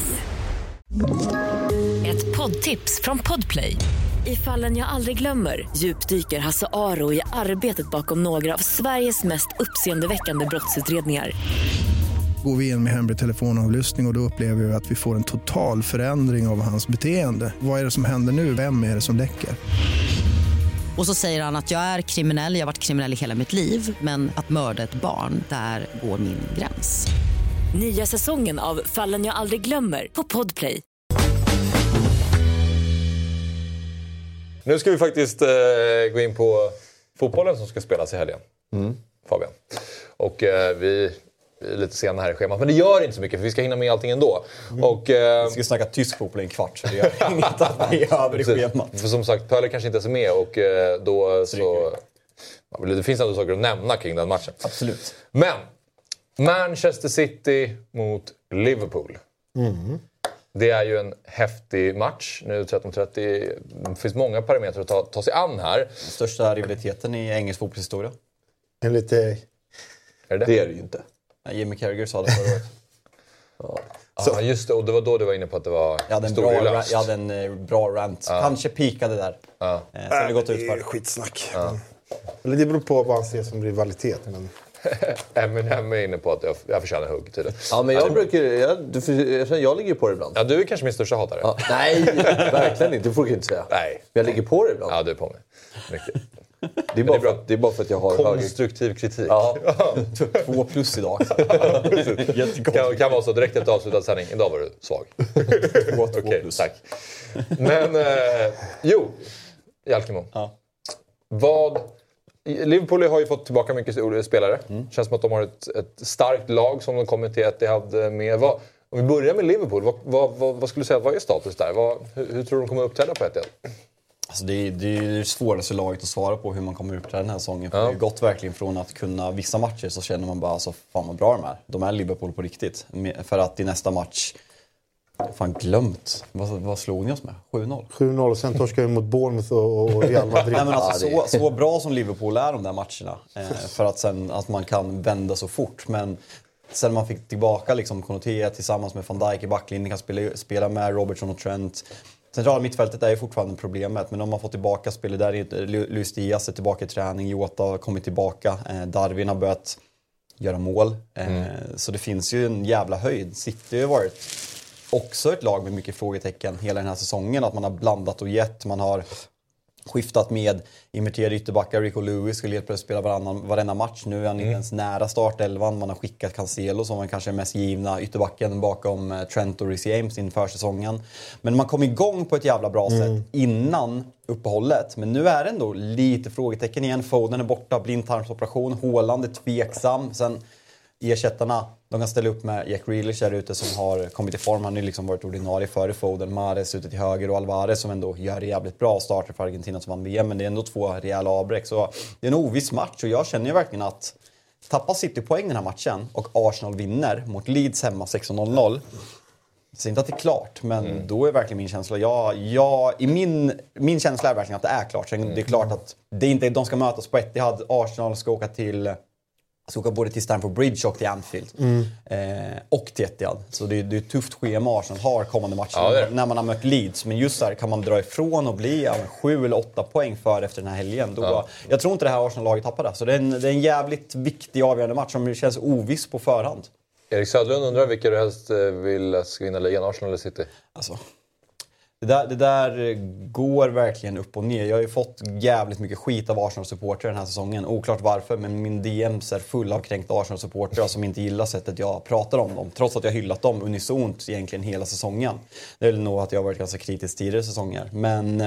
Ett poddtips från Podplay. I Fallen jag aldrig glömmer djupdyker Hasse Aro i arbetet bakom några av Sveriges mest uppseendeväckande brottsutredningar. Går vi in med hemlig telefonavlyssning och, och då upplever vi att vi får en total förändring av hans beteende. Vad är det som händer nu? Vem är det som läcker? Och så säger han att jag är kriminell, jag har varit kriminell i hela mitt liv. Men att mörda ett barn, där går min gräns. Nya säsongen av Fallen jag aldrig glömmer på Podplay. Nu ska vi faktiskt eh, gå in på fotbollen som ska spelas i helgen. Mm. Fabian. Och eh, vi är lite sena här i schemat. Men det gör inte så mycket för vi ska hinna med allting ändå. Mm. Och, eh, vi ska snacka tysk fotboll i en kvart så det gör inget att vi är över i schemat. För som sagt, Pöller kanske inte är så med och eh, då så... Ja, det finns ändå saker att nämna kring den matchen. Absolut. Men Manchester City mot Liverpool. Mm. Det är ju en häftig match. Nu tretton trettio. Det finns många parametrar att ta, ta sig an här. Den största rivaliteten i engelsk fotbollshistoria. En lite... Är det det? Det är det ju inte. Nej, Jimmy Carragher sa det förra året. Ja. Ja, just det. Och det var då du var inne på att det var jag hade en bra, ra- jag hade en uh, bra rant. Ja. Kanske pikade där. Ja. Eh, så har det gått ut för. Det är skitsnack. Ja. Eller det beror på vad han ser som rivalitet. Men... Eminem är inne på att jag, jag förtjänar hugg tydligen. Ja, men jag ja, brukar... Jag, du, jag ligger på det ibland. Ja, du är kanske min största hatare. Ja, nej, verkligen inte. Det får jag inte säga. Nej. Jag ligger på det ibland. Ja, du är på mig. Mycket. Det är, bara det, är för, det är bara för att jag har konstruktiv hög... kritik. Ja. Två plus idag. kan, kan vara så direkt efter avslutad sändning. Idag var du svag. Okej, okay, tack. Men, eh, jo. Jalkemo. Ja. Vad... Liverpool har ju fått tillbaka mycket spelare. Mm. Känns som att de har ett, ett starkt lag som de kommer till att de hade med. Vad, om vi börjar med Liverpool, vad, vad, vad, vad skulle du säga, vad är status där? Vad, hur, hur tror du de kommer uppträda på ett del? Alltså det, är, det är det svåraste laget att svara på hur man kommer uppträda den här säsongen. För ja. Det har gått verkligen från att kunna vissa matcher så känner man bara alltså, fan vad bra de är. De är Liverpool på riktigt. För att i nästa match, fan glömt. Vad, vad slog ni oss med? sju noll? sju noll och sen torskar vi mot Bournemouth och Real Madrid. Nej, men alltså, så, så bra som Liverpool är de där matcherna. Eh, för att, sen, att man kan vända så fort. Men sen man fick tillbaka liksom, Konaté tillsammans med Van Dijk i backlinjen. Kan spela, spela med Robertson och Trent. Centrala mittfältet är ju fortfarande problemet. Men om man får tillbaka spelet där. Luis Diaz är tillbaka i träning. Jota har kommit tillbaka. Eh, Darwin har börjat göra mål. Eh, mm. Så det finns ju en jävla höjd. City har varit... också ett lag med mycket frågetecken hela den här säsongen. Att man har blandat och gett. Man har skiftat med inverterade ytterbackar. Rico Lewis skulle helt plötsligt spela varannan, varenda match. Nu är han inte mm. ens nära startelvan. Man har skickat Cancelo som är kanske mest givna ytterbacken bakom Trent och Reece James inför säsongen. Men man kom igång på ett jävla bra mm. sätt innan uppehållet. Men nu är det ändå lite frågetecken igen. Foden är borta, blindtarmsoperation. Haaland är tveksam. Sen ersättarna, de kan ställa upp med Jack Grealish där ute som har kommit i form. Han har ju liksom varit ordinarie före Foden. Mahrez ute till höger och Alvarez som ändå gör det jävligt bra starter för Argentina som vann V M. Men det är ändå två rejäla avbräck. Så det är en oviss match och jag känner ju verkligen att tappar City poäng den här matchen och Arsenal vinner mot Leeds hemma sexton noll noll. Så inte att det är klart, men mm. då är verkligen min känsla. Jag, jag, i min, min känsla är verkligen att det är klart. Så mm. det är klart att det inte, de ska mötas på Etihad. Arsenal ska åka till... ska åka både till Stamford Bridge och till Anfield. Mm. Eh, och till Etihad. Så det, det är ett tufft schema Arsenal har kommande matcher. Ja, när man har mött Leeds. Men just så här kan man dra ifrån och bli ja, sju eller åtta poäng för efter den här helgen. Då, ja. Jag tror inte det här Arsenal-laget tappar det. Så det är, en, det är en jävligt viktig avgörande match som känns oviss på förhand. Erik Södlund undrar vilka du helst vill ska vinna ligan, Arsenal eller City? Alltså, det där, det där går verkligen upp och ner. Jag har ju fått jävligt mycket skit av Arsenal-supportrar den här säsongen. Oklart varför, men min D Ms är full av kränkta Arsenal-supportrar som inte gillar sättet jag pratar om dem. Trots att jag hyllat dem unisont egentligen hela säsongen. Det är väl nog att jag har varit ganska kritisk tidigare säsonger. Men...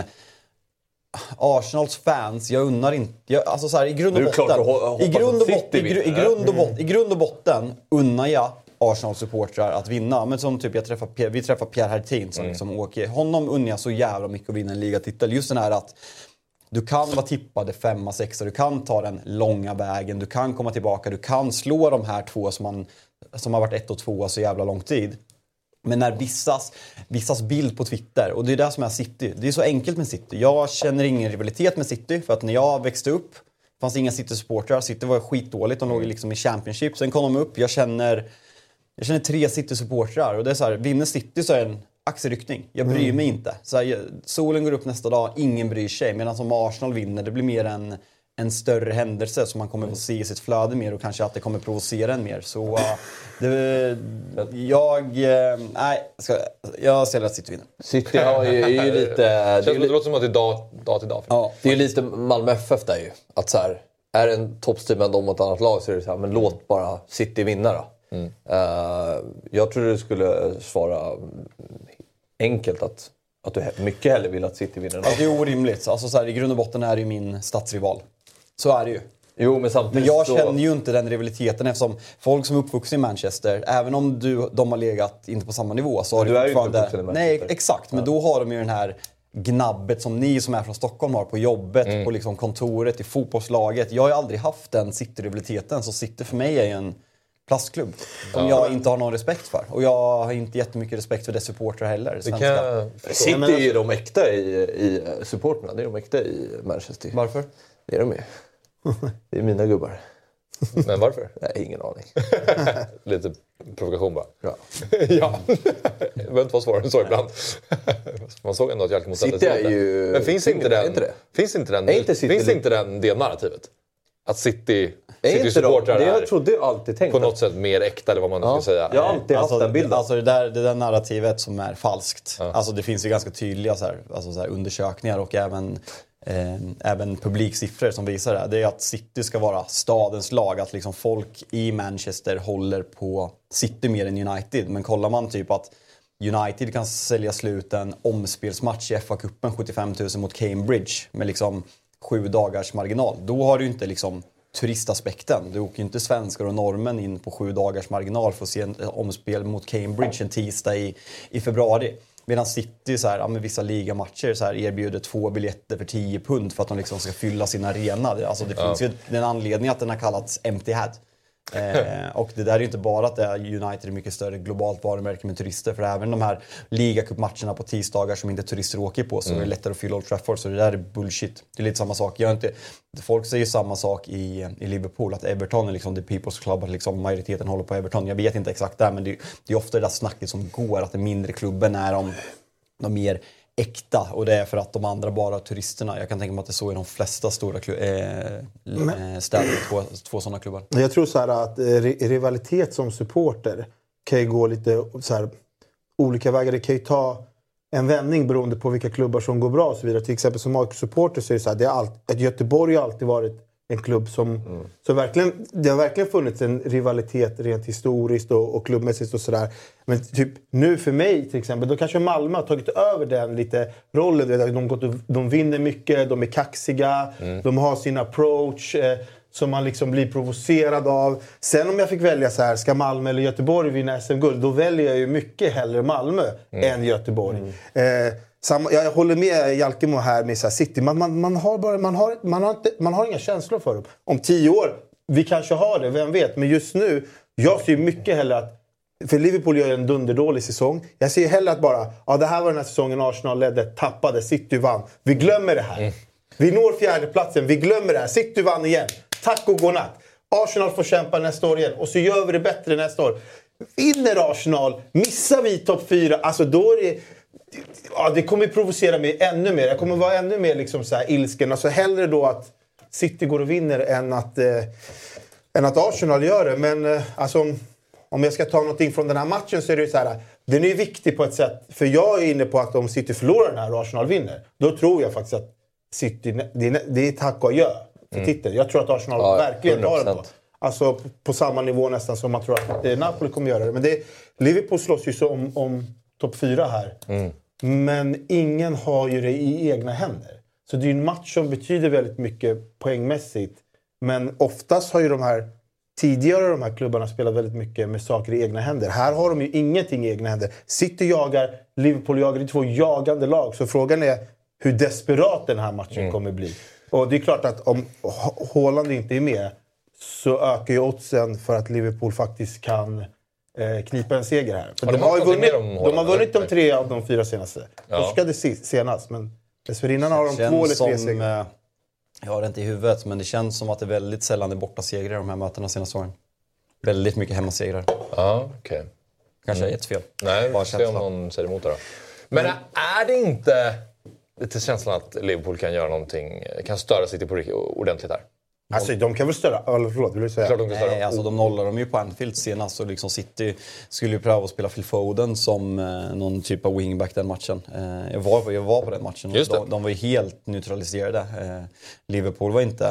Arsenals fans, jag unnar inte... Jag, alltså så här, i grund och botten... I grund och botten, i, i, grund och botten, I grund och botten unnar jag Arsenal-supportrar att vinna. Men som typ jag träffar, vi träffar Pierre Hertin som mm. liksom åker. Honom unnar jag så jävla mycket att vinna en ligatitel. Just den här att du kan vara tippade femma, sexa, du kan ta den långa vägen, du kan komma tillbaka, du kan slå de här två som, man, som har varit ett och två så jävla lång tid. Men när vissas, vissas bild på Twitter, och det är det som är City. Det är så enkelt med City. Jag känner ingen rivalitet med City, för att när jag växte upp fanns det inga City-supportrar. City var skitdåligt, de låg liksom i Championship. Sen kom de upp, jag känner, jag känner tre City-supportrar. Och det är så här, vinner City så är det en axelryckning. Jag bryr mig mm. inte. Så här, solen går upp nästa dag, ingen bryr sig. Medan som Arsenal vinner, det blir mer en... en större händelse som man kommer att se i sitt flöde mer och kanske att det kommer provocera en mer. Så uh, det, jag uh, nej, ska, jag ser att City vinner. City har ju, är ju lite... Det, är det, det låter som att det är dag, dag till dag. Ja, det är ju lite Malmö F F där ju. Att så här, är en toppstream ändå mot ett annat lag så är det så här, men låt bara City vinna då. Mm. Uh, jag tror du skulle svara enkelt att, att du mycket hellre vill att City vinner. Alltså, det är orimligt. Alltså, så här, i grund och botten är det ju min stadsrival. Så är det ju. Jo, men, samtidigt men jag så... känner ju inte den rivaliteten eftersom folk som är uppvuxna i Manchester, även om du, de har legat inte på samma nivå så har du är ju inte uppvuxen i Manchester. Nej, exakt. Men ja. Då har de ju den här gnabbet som ni som är från Stockholm har på jobbet, mm. på liksom kontoret, i fotbollslaget. Jag har ju aldrig haft den City-rivaliteten, så City för mig är en plastklubb som ja. jag inte har någon respekt för. Och jag har inte jättemycket respekt för dess supportrar heller. Det kan... City är ju de äkta i, i supporterna. Det är de äkta i Manchester. Varför? Det är de ju. Det är mina gubbar. Men varför? Nej, ingen aning. Lite provokation bara. Ja. ja. Det behöver inte vara svårare än så ibland. Man såg ändå att Jalke mot City är ju... Men finns inte den... Inte det? Finns inte den... Inte City finns inte den det narrativet? Att City... City-supportrar är... Jag trodde jag alltid tänkt på något sätt mer äkta eller vad man ja. ska säga. Jag har alltid haft alltså, den bilden. Alltså det där, det där narrativet som är falskt. Ja. Alltså det finns ju ganska tydliga så här, alltså så här undersökningar och även... Eh, även publiksiffror som visar det. Det är att City ska vara stadens lag. Att liksom folk i Manchester håller på City mer än United. Men kollar man typ att United kan sälja slut en omspelsmatch i F A-cupen sjuttiofem tusen mot Cambridge med liksom sju dagars marginal. Då har du ju inte liksom turistaspekten. Du åker ju inte svenskar och norrmän in på sju dagars marginal för att se en omspel mot Cambridge en tisdag i, i februari. Medan City så här, ja, med vissa ligamatcher så här, erbjuder två biljetter för tio pund för att de liksom ska fylla sin arena. Alltså det finns ja. ju en anledning att den har kallats Empty Head. Eh, och det där är ju inte bara att det är United är mycket större globalt varumärke med turister. För även de här ligacupmatcherna på tisdagar som inte turister åker på så mm. är det lättare att fylla Old Trafford. Så det där är bullshit. Det är lite samma sak. Jag inte, folk säger ju samma sak i, i Liverpool. Att Everton är liksom the people's club. Att liksom majoriteten håller på Everton. Jag vet inte exakt där, men det, det är ofta det där snacket som går. Att den mindre klubben är de, de mer äkta. Och det är för att de andra bara är turisterna. Jag kan tänka mig att det är så i de flesta stora klubb, eh, städer. Två, två sådana klubbar. Jag tror så här att rivalitet som supporter kan ju gå lite så här, olika vägar. Det kan ju ta en vändning beroende på vilka klubbar som går bra och så vidare. Till exempel som A I K-supporter så är det så här, det är allt, att Göteborg har alltid varit en klubb som, mm. som verkligen, det har verkligen funnits en rivalitet rent historiskt och, och klubbmässigt och sådär. Men typ nu för mig till exempel, då kanske Malmö har tagit över den lite rollen. De, gått, de vinner mycket, de är kaxiga, mm. de har sin approach eh, som man liksom blir provocerad av. Sen om jag fick välja så här, ska Malmö eller Göteborg vinna S M-guld? Då väljer jag ju mycket hellre Malmö mm. än Göteborg. Mm. Eh, Samma, jag håller med Jalkemo här med så här City. Man, man, man, har bara, man, har, man, har inte, man har inga känslor för dem. Om tio år, vi kanske har det, vem vet. Men just nu, jag ser mycket hellre att... För Liverpool gör en dunderdålig säsong. Jag ser hellre att bara, ja det här var den här säsongen Arsenal ledde, tappade, City vann. Vi glömmer det här. Mm. Vi når fjärdeplatsen, vi glömmer det här. City vann igen. Tack och godnatt. Arsenal får kämpa nästa år igen. Och så gör vi det bättre nästa år. Vinner Arsenal, missar vi topp fyra, alltså då är det... Ja, det kommer provocera mig ännu mer. Jag kommer vara ännu mer liksom så här ilsken. Alltså hellre då att City går och vinner än att, eh, än att Arsenal gör det. Men eh, alltså... Om jag ska ta någonting från den här matchen så är det så här. Den är viktig på ett sätt. För jag är inne på att om City förlorar den här och Arsenal vinner. Då tror jag faktiskt att City, det är, det är tack och gör för mm. titeln. Jag tror att Arsenal ja, verkligen tar den på. Alltså på, på samma nivå nästan som man tror att eh, Napoli kommer göra det. Men det, Liverpool slåss ju så om, om topp fyra här. Mm. Men ingen har ju det i egna händer. Så det är ju en match som betyder väldigt mycket poängmässigt. Men oftast har ju de här... Tidigare har de här klubbarna spelat väldigt mycket med saker i egna händer. Här har de ju ingenting i egna händer. City jagar, Liverpool jagar. Det är två jagande lag. Så frågan är hur desperat den här matchen mm. kommer bli. Och det är klart att om Haaland inte är med så ökar ju oddsen för att Liverpool faktiskt kan eh, knipa en seger här. För har de, de, har vunnit, Haaland, de har vunnit de tre av de fyra senaste. Ja. Torskade senast, men dessförinnan har de två eller tre segrar. Jag har det inte i huvudet, men det känns som att det väldigt sällan är borta segrar i de här mötena senaste åren. Väldigt mycket hemmasegrar. Ja, okej. Okay. Kanske mm. är jättefel. Nej, vi får se om någon säger emot det då. Men mm. är det inte lite känslan att Liverpool kan göra någonting, kan störa City på ordentligt här? Alltså de kan väl störa, eller förlåt, vill du säga? Klart de kan störa. Nej, alltså de nollar de ju på Anfield senast och liksom City skulle ju pröva att spela Phil Foden som eh, någon typ av wingback den matchen. Eh, jag, var, jag var på den matchen och de, de var ju helt neutraliserade. Eh, Liverpool var inte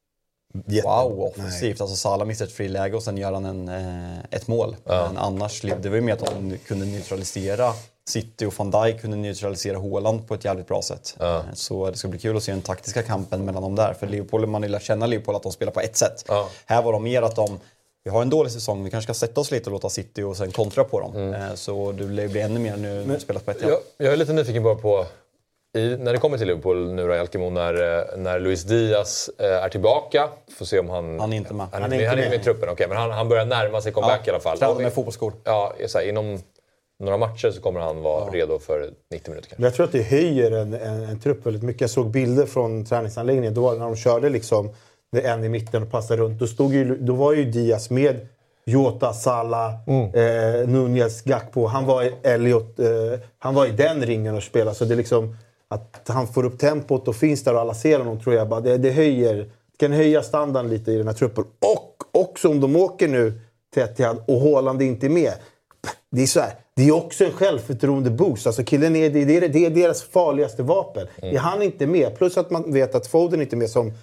Jätte. wow offensivt. Alltså Salah missade ett friläge och sen gör han en, eh, ett mål. Ja. Men annars, det var ju mer att de kunde neutralisera City och Van Dijk kunde neutralisera Haaland på ett jävligt bra sätt. Ja. Så det ska bli kul att se den taktiska kampen mellan dem där. För Liverpool, man vill känna Liverpool att de spelar på ett sätt. Ja. Här var de mer att de, vi har en dålig säsong, vi kanske ska sätta oss lite och låta City och sen kontra på dem. Mm. Så det blir ännu mer nu när de spelar på ett sätt. Jag, jag är lite nyfiken bara på, i, när det kommer till Liverpool nu då, Jalkemo, när, när Luis Diaz eh, är tillbaka. Får se om han... Han är inte med. Han, han är inte med, med. med i truppen, okej. Okay, men han, han börjar närma sig comeback ja, i alla fall. Tränar med fotbollsskor. Ja, så här, inom... några matcher så kommer han vara ja. redo för nittio minuter kanske. Jag tror att det höjer en, en, en trupp väldigt mycket. Jag såg bilder från träningsanläggningen då när de körde liksom det en i mitten och passade runt. Då, stod ju, då var ju Diaz med Jota, Salah, mm. eh, Nunez, Gakpo. Han var i Elliot, eh, han var i den ringen och spelade. Så det är liksom att han får upp tempot och finns där och alla ser honom, tror jag bara. Det, det höjer, det kan höja standarden lite i den här truppen. Och också om de åker nu till Etihad och Haaland inte är med. Det är så här, det är också en självförtroende boost. Alltså killen är, det, är, det är deras farligaste vapen. Mm. Är han inte med, plus att man vet att Foden inte är med som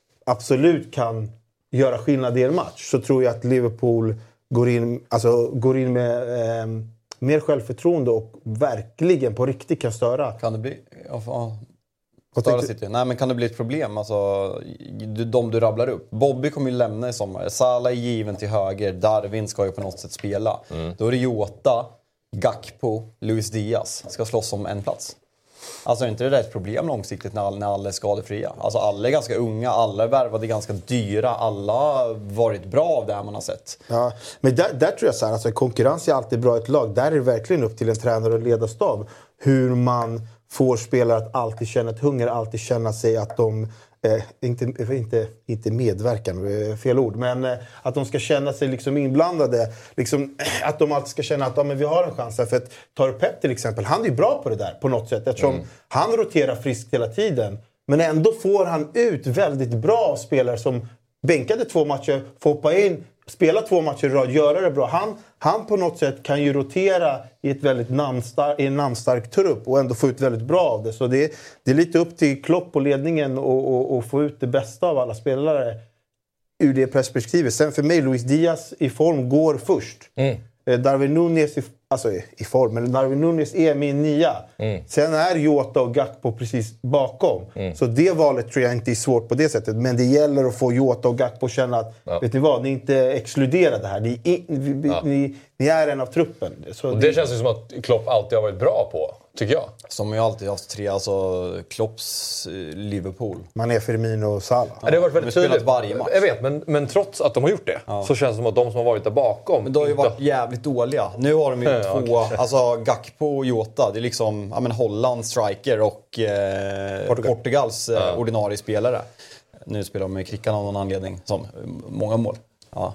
absolut kan göra skillnad i en match, så tror jag att Liverpool går in, alltså, går in med eh, mer självförtroende och verkligen på riktigt kan störa. Kan det bli... Ja, störa City. Nej, men kan det bli ett problem? Alltså, de du rabblar upp. Bobby kommer ju lämna i sommar. Salah är given till höger. Darwin ska ju på något sätt spela. Mm. Då är det Jota, Gakpo, Luis Diaz ska slåss om en plats. Alltså är inte det där ett problem långsiktigt när alla, när alla är skadefria? Alltså alla är ganska unga, alla är värvade ganska dyra, alla har varit bra av det här man har sett. Ja, men där, där tror jag så här, alltså konkurrens är alltid bra i ett lag. Där är det verkligen upp till en tränare och ledarstab hur man får spelare att alltid känna ett hunger, alltid känna sig att de eh, inte, inte, inte medverkan, fel ord, men eh, att de ska känna sig liksom inblandade, liksom, eh, att de alltid ska känna att ja, men vi har en chans här. För att tar Pep till exempel, han är ju bra på det där på något sätt, eftersom mm. han roterar friskt hela tiden, men ändå får han ut väldigt bra spelare som bänkade två matcher, får hoppa in, spela två matcher i rad, göra det bra. Han, han på något sätt kan ju rotera i, ett väldigt namnstar- i en namnstark trupp och ändå få ut väldigt bra av det. Så det, det är lite upp till Klopp och ledningen och, och, och få ut det bästa av alla spelare ur det perspektivet. Sen för mig, Luis Diaz i form går först. Mm. Darwin Nunez i, alltså i form, men Darwin Nunez är min nia. Mm. Sen är Jota och Gakpo precis bakom. Mm. Så det valet tror jag inte är svårt på det sättet. Men det gäller att få Jota och Gakpo känna att, ja. vet ni vad, ni är inte exkluderade här. Ni, ni, ja. ni, ni är en av truppen. Så och det, det känns ju som att Klopp alltid har varit bra på, tycker jag. Som ju alltid haft tre, alltså Klopps Liverpool. Man är Firmino och Salah. Ja, det har varit väldigt tydligt. Varje match. Jag vet, men, men trots att de har gjort det ja. så känns det som att de som har varit där bakom... Men de har ju inte... varit jävligt dåliga. Nu har de ju ja, två, okay. alltså Gakpo och Jota. Det är liksom ja, men Holland striker och eh, Portugal. Portugals eh, ja. ordinarie spelare. Nu spelar de med Krickan av någon anledning. Som många mål. Ja.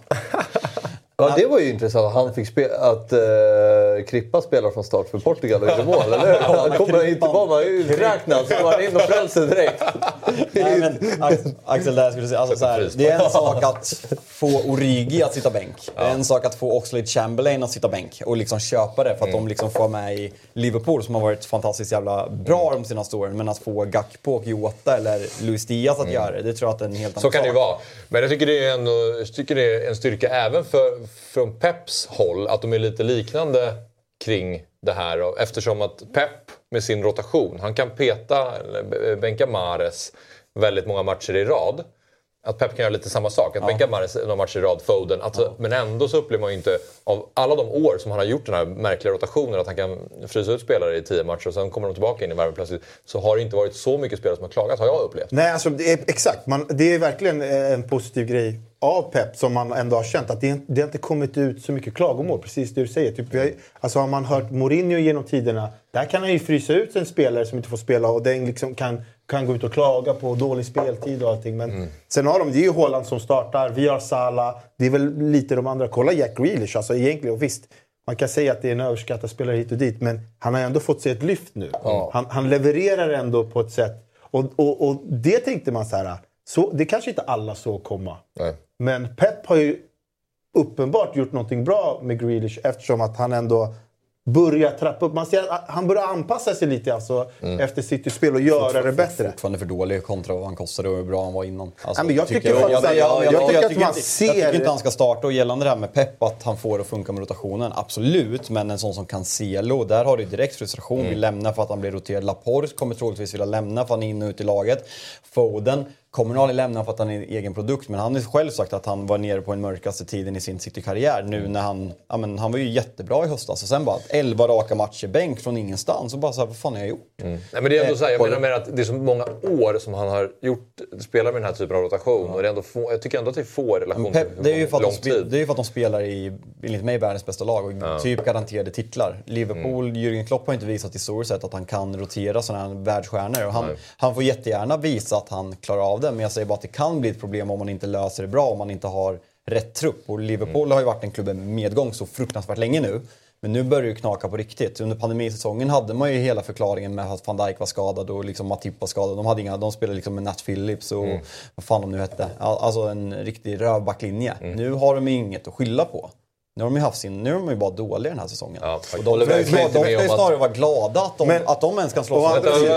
Ja, det var ju intressant att han fick spela, att uh, Krippa spelar från start för Portugal och inte mål, eller hur? Han kommer inte vara, man är ju uträknad så var in och frälser direkt. Nej, men Axel, där skulle säga, alltså, så här, det är en sak att få Origi att sitta bänk. Det är en sak att få Oxlade-Chamberlain att sitta bänk och liksom köpa det för att mm. de liksom får med i Liverpool som har varit fantastiskt jävla bra de senaste åren. Men att få Gakpo och Jota eller Luis Diaz att mm. göra det, det tror jag att det är en helt annan Så kan sak. det ju vara. Men jag tycker det är, ändå, jag tycker det är en styrka även för från Peps håll att de är lite liknande kring det här. Och eftersom att Pep med sin rotation, han kan peta eller bänka Mahrez väldigt många matcher i rad. Att Pep kan göra lite samma sak. Att ja. bänka Mahrez några matcher i rad, Foden. Alltså, ja. Men ändå så upplever man ju inte, av alla de år som han har gjort den här märkliga rotationen, att han kan frysa ut spelare i tio matcher och sen kommer de tillbaka in i värmen plötsligt. Så har det inte varit så mycket spelare som har klagat, har jag upplevt. Nej, alltså det är, exakt. Man, det är verkligen en positiv grej av Pep som man ändå har känt. Att det, det har inte kommit ut så mycket klagomål, precis det du säger. Typ, vi har, alltså har man hört Mourinho genom tiderna, där kan han ju frysa ut en spelare som inte får spela och den liksom kan... kan gå ut och klaga på dålig speltid och allting. Men mm. sen har de, det är ju Holland som startar. Vi har Salah. Det är väl lite de andra. Kolla Jack Grealish. Alltså egentligen, och visst, man kan säga att det är en överskattad spelare hit och dit. Men han har ändå fått sig ett lyft nu. Mm. Han, han levererar ändå på ett sätt. Och, och, och det tänkte man så här. Så, det kanske inte alla så komma. Nej. Men Pep har ju uppenbart gjort någonting bra med Grealish. Eftersom att han ändå... börja trappa upp. Man ser att han börjar anpassa sig lite alltså, mm. efter sitt spel och göra det bättre. Fortfarande för dålig kontra vad han kostade och hur bra han var innan. Alltså, ja, men jag tycker, tycker jag, jag, jag, jag, jag, jag, jag, jag tycker att man ser... Jag tycker inte han ska starta, och gällande det här med Pep, att han får det att funka med rotationen. Absolut, men en sån som Cancelo, där har du direkt frustration. Mm. Vill lämna för att han blir roterad. Laporte kommer troligtvis vilja lämna för att han är inne och ut i laget. Foden kommer aldrig lämna för att han är en egen produkt, men han har själv sagt att han var nere på den mörkaste tiden i sin City-karriär nu när han, ja men han var ju jättebra i höstas och sen bara elva raka matcher bänk från ingenstans och bara så här, vad fan har jag gjort? Mm. Nej, men det är ändå så här, jag menar med att det är så många år som han har gjort, spelar med den här typen av rotation ja. och det är ändå få, jag tycker ändå att det är få relationer Pep, det är ju för att de spel, det är ju för att de spelar i, enligt mig, världens bästa lag och ja. typ garanterade titlar. Liverpool, mm. Jürgen Klopp har inte visat historiskt sett att han kan rotera sådana här världsstjärnor och han, han får jättegärna visa att han klarar av det, men jag säger bara att det kan bli ett problem om man inte löser det bra, om man inte har rätt trupp. Och Liverpool mm. har ju varit en klubb med medgång så fruktansvärt länge nu. Men nu börjar det ju knaka på riktigt. Under pandemisäsongen hade man ju hela förklaringen med att Van Dijk var skadad och liksom Matip var skadad. De, hade inga, de spelade liksom med Nat Phillips och mm. vad fan de nu hette. Alltså en riktig rövbacklinje. Mm. Nu har de inget att skylla på. Nu har de ju haft sin, nu är de ju bara dåliga den här säsongen. Ja, och de, de, de, de ska ju snarare vara glada att de, men, att de ens kan slåss.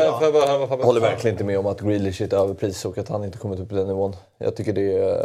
Jag håller verkligen inte med om att Grealish är ett överpris och att han inte kommit upp på den nivån. Jag tycker det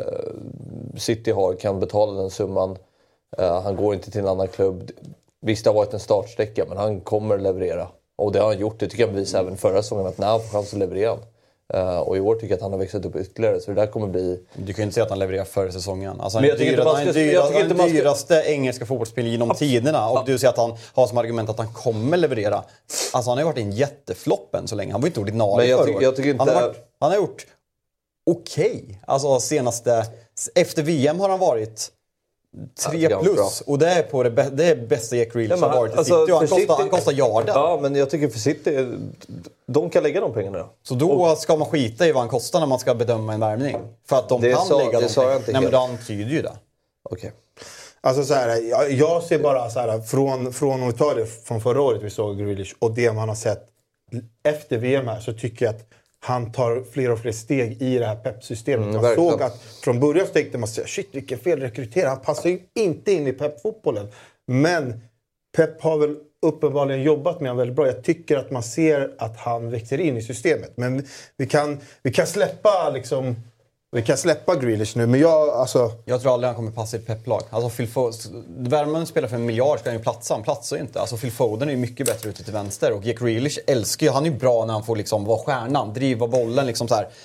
City har, kan betala den summan. Uh, han går inte till en annan klubb. Visst, det har varit en startsträcka, men han kommer leverera. Och det har han gjort. Det tycker jag bevisar även förra säsongen att när han får chans att leverera. Uh, och i år tycker jag att han har växlat upp ytterligare. Så det där kommer bli... Du kan ju inte säga att han levererar förra säsongen. Alltså, men jag tycker han är dyra, den ska... dyraste engelska fotbollsspelaren genom tiderna. Och du säger att han har som argument att han kommer leverera. Alltså han har ju varit en jätteflopp än så länge. Han var inte ordinarie förra året. Jag tycker inte... Han har, varit, han har gjort okej. Okay. Alltså senaste... Efter V M har han varit... tre plus, och det är på det, det är bästa Jack Grealish ja, har varit i alltså, City. Han kostar, City, han kostar yarden. Ja, men jag tycker för City, de kan lägga de pengarna. Så då och, ska man skita i vad han kostar när man ska bedöma en värvning. För att de kan sa, lägga det de sa jag inte. Nej, men det antyder ju det. Okej. Okay. Alltså så här, jag, jag ser bara så här, från, från om vi tar det från förra året vi såg Grealish och det man har sett efter V M här, så tycker jag att han tar fler och fler steg i det här Pep-systemet. Mm, man verkligen. Såg att från början tänkte man sig, shit vilken fel rekrytering. Han passar ju inte in i Pep-fotbollen. Men Pep har väl uppenbarligen jobbat med honom väldigt bra. Jag tycker att man ser att han växer in i systemet. Men vi kan, vi kan släppa liksom... Vi kan släppa Grealish nu, men jag... Alltså... Jag tror aldrig han kommer passa i ett Pep-lag. Alltså Phil Foden... Värmen spelar för en miljard, ska han ju platsa. Han platsar ju inte. Alltså Phil Foden är ju mycket bättre ute till vänster. Och Jack Grealish älskar ju... Han är ju bra när han får liksom vara stjärnan. Driva bollen liksom så här.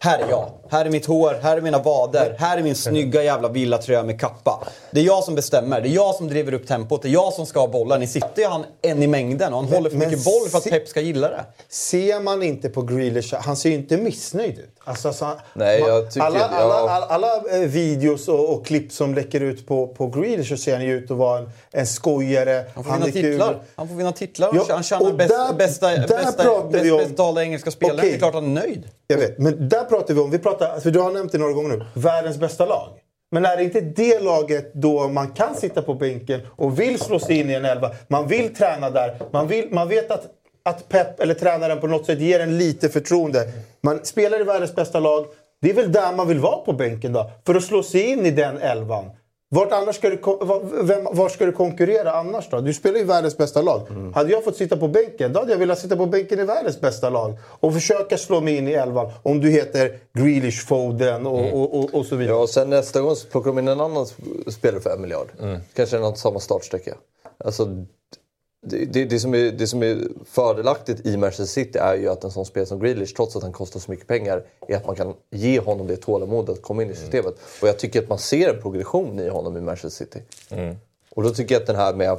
här är jag. Här är mitt hår, här är mina vader, här är min snygga jävla villatröja med kappa. Det är jag som bestämmer, det är jag som driver upp tempot, det är jag som ska ha bollar. Ni sitter ju han en i mängden och han men, håller för mycket boll för att Pep ska gilla det. Ser man inte på Grealish, han ser ju inte missnöjd ut. Alltså, alltså, Nej, jag tycker, alla, jag... alla, alla, alla videos och, och klipp som läcker ut på, på Grealish så ser han ju ut att vara en, en skojare. Han får, han vinna titlar. Han får vinna titlar. Ja, han tjänar bäst, där, bästa, där bästa, bäst, om... bäst betalda engelska spelare. Okay. Det är klart han är nöjd. Jag vet, men där pratar vi om, vi pratar, för du har nämnt det några gånger nu, världens bästa lag. Men är det inte det laget då man kan sitta på bänken och vill slå sig in i en elva, man vill träna där, man, vill, man vet att, att Pep eller tränaren på något sätt ger en lite förtroende. Man spelar i världens bästa lag, det är väl där man vill vara på bänken då, för att slå sig in i den elvan. Vart annars ska du, var, vem, var ska du konkurrera annars då? Du spelar i världens bästa lag. Mm. Hade jag fått sitta på bänken, då hade jag velat sitta på bänken i världens bästa lag. Och försöka slå mig in i elvan. Om du heter Grealish, Foden och, mm. och, och, och så vidare. Ja, och sen nästa gång så plockar de in en annan spelare för en miljard. Mm. Kanske något samma startsträcka. Alltså, det, det, det, som är, det som är fördelaktigt i Manchester City är ju att en sån spelare som Grealish, trots att han kostar så mycket pengar, är att man kan ge honom det tålamodet att komma in i systemet. Mm. Och jag tycker att man ser en progression i honom i Manchester City. Mm. Och då tycker jag att den här med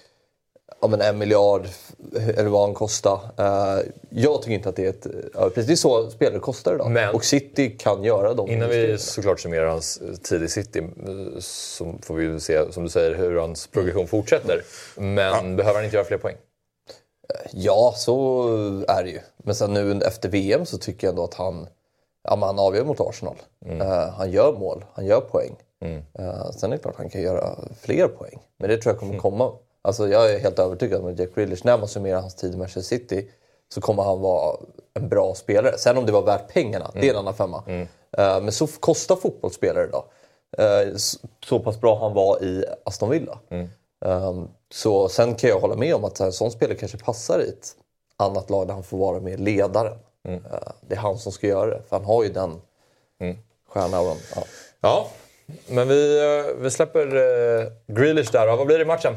ja, men en miljard eller vad han kostar. Uh, jag tycker inte att det är ett... Uh, precis, det är så spelare kostar idag. Men, och City kan göra dem. Innan vi såklart summerar hans tid i City så får vi ju se, som du säger, hur hans progression fortsätter. Men ja. Behöver han inte göra fler poäng? Uh, ja, så är det ju. Men sen nu efter V M så tycker jag ändå att han, ja, men han avgör mot Arsenal. Mm. Uh, han gör mål, han gör poäng. Mm. Uh, sen är det klart att han kan göra fler poäng. Men det tror jag kommer mm. komma. Alltså jag är helt övertygad om att Jack Grealish, när man summerar hans tid i Manchester City, så kommer han vara en bra spelare. Sen om det var värt pengarna, mm. det är en annan femma. Mm. Uh, men så kostar fotbollsspelare idag. Uh, så, så pass bra han var i Aston Villa. Mm. Um, så sen kan jag hålla med om att en sån spelare kanske passar i ett annat lag där han får vara med ledaren. Mm. Uh, det är han som ska göra det, för han har ju den mm. stjärnan. Ja. ja, men vi, uh, vi släpper uh, Grealish där. Vad blir det i matchen?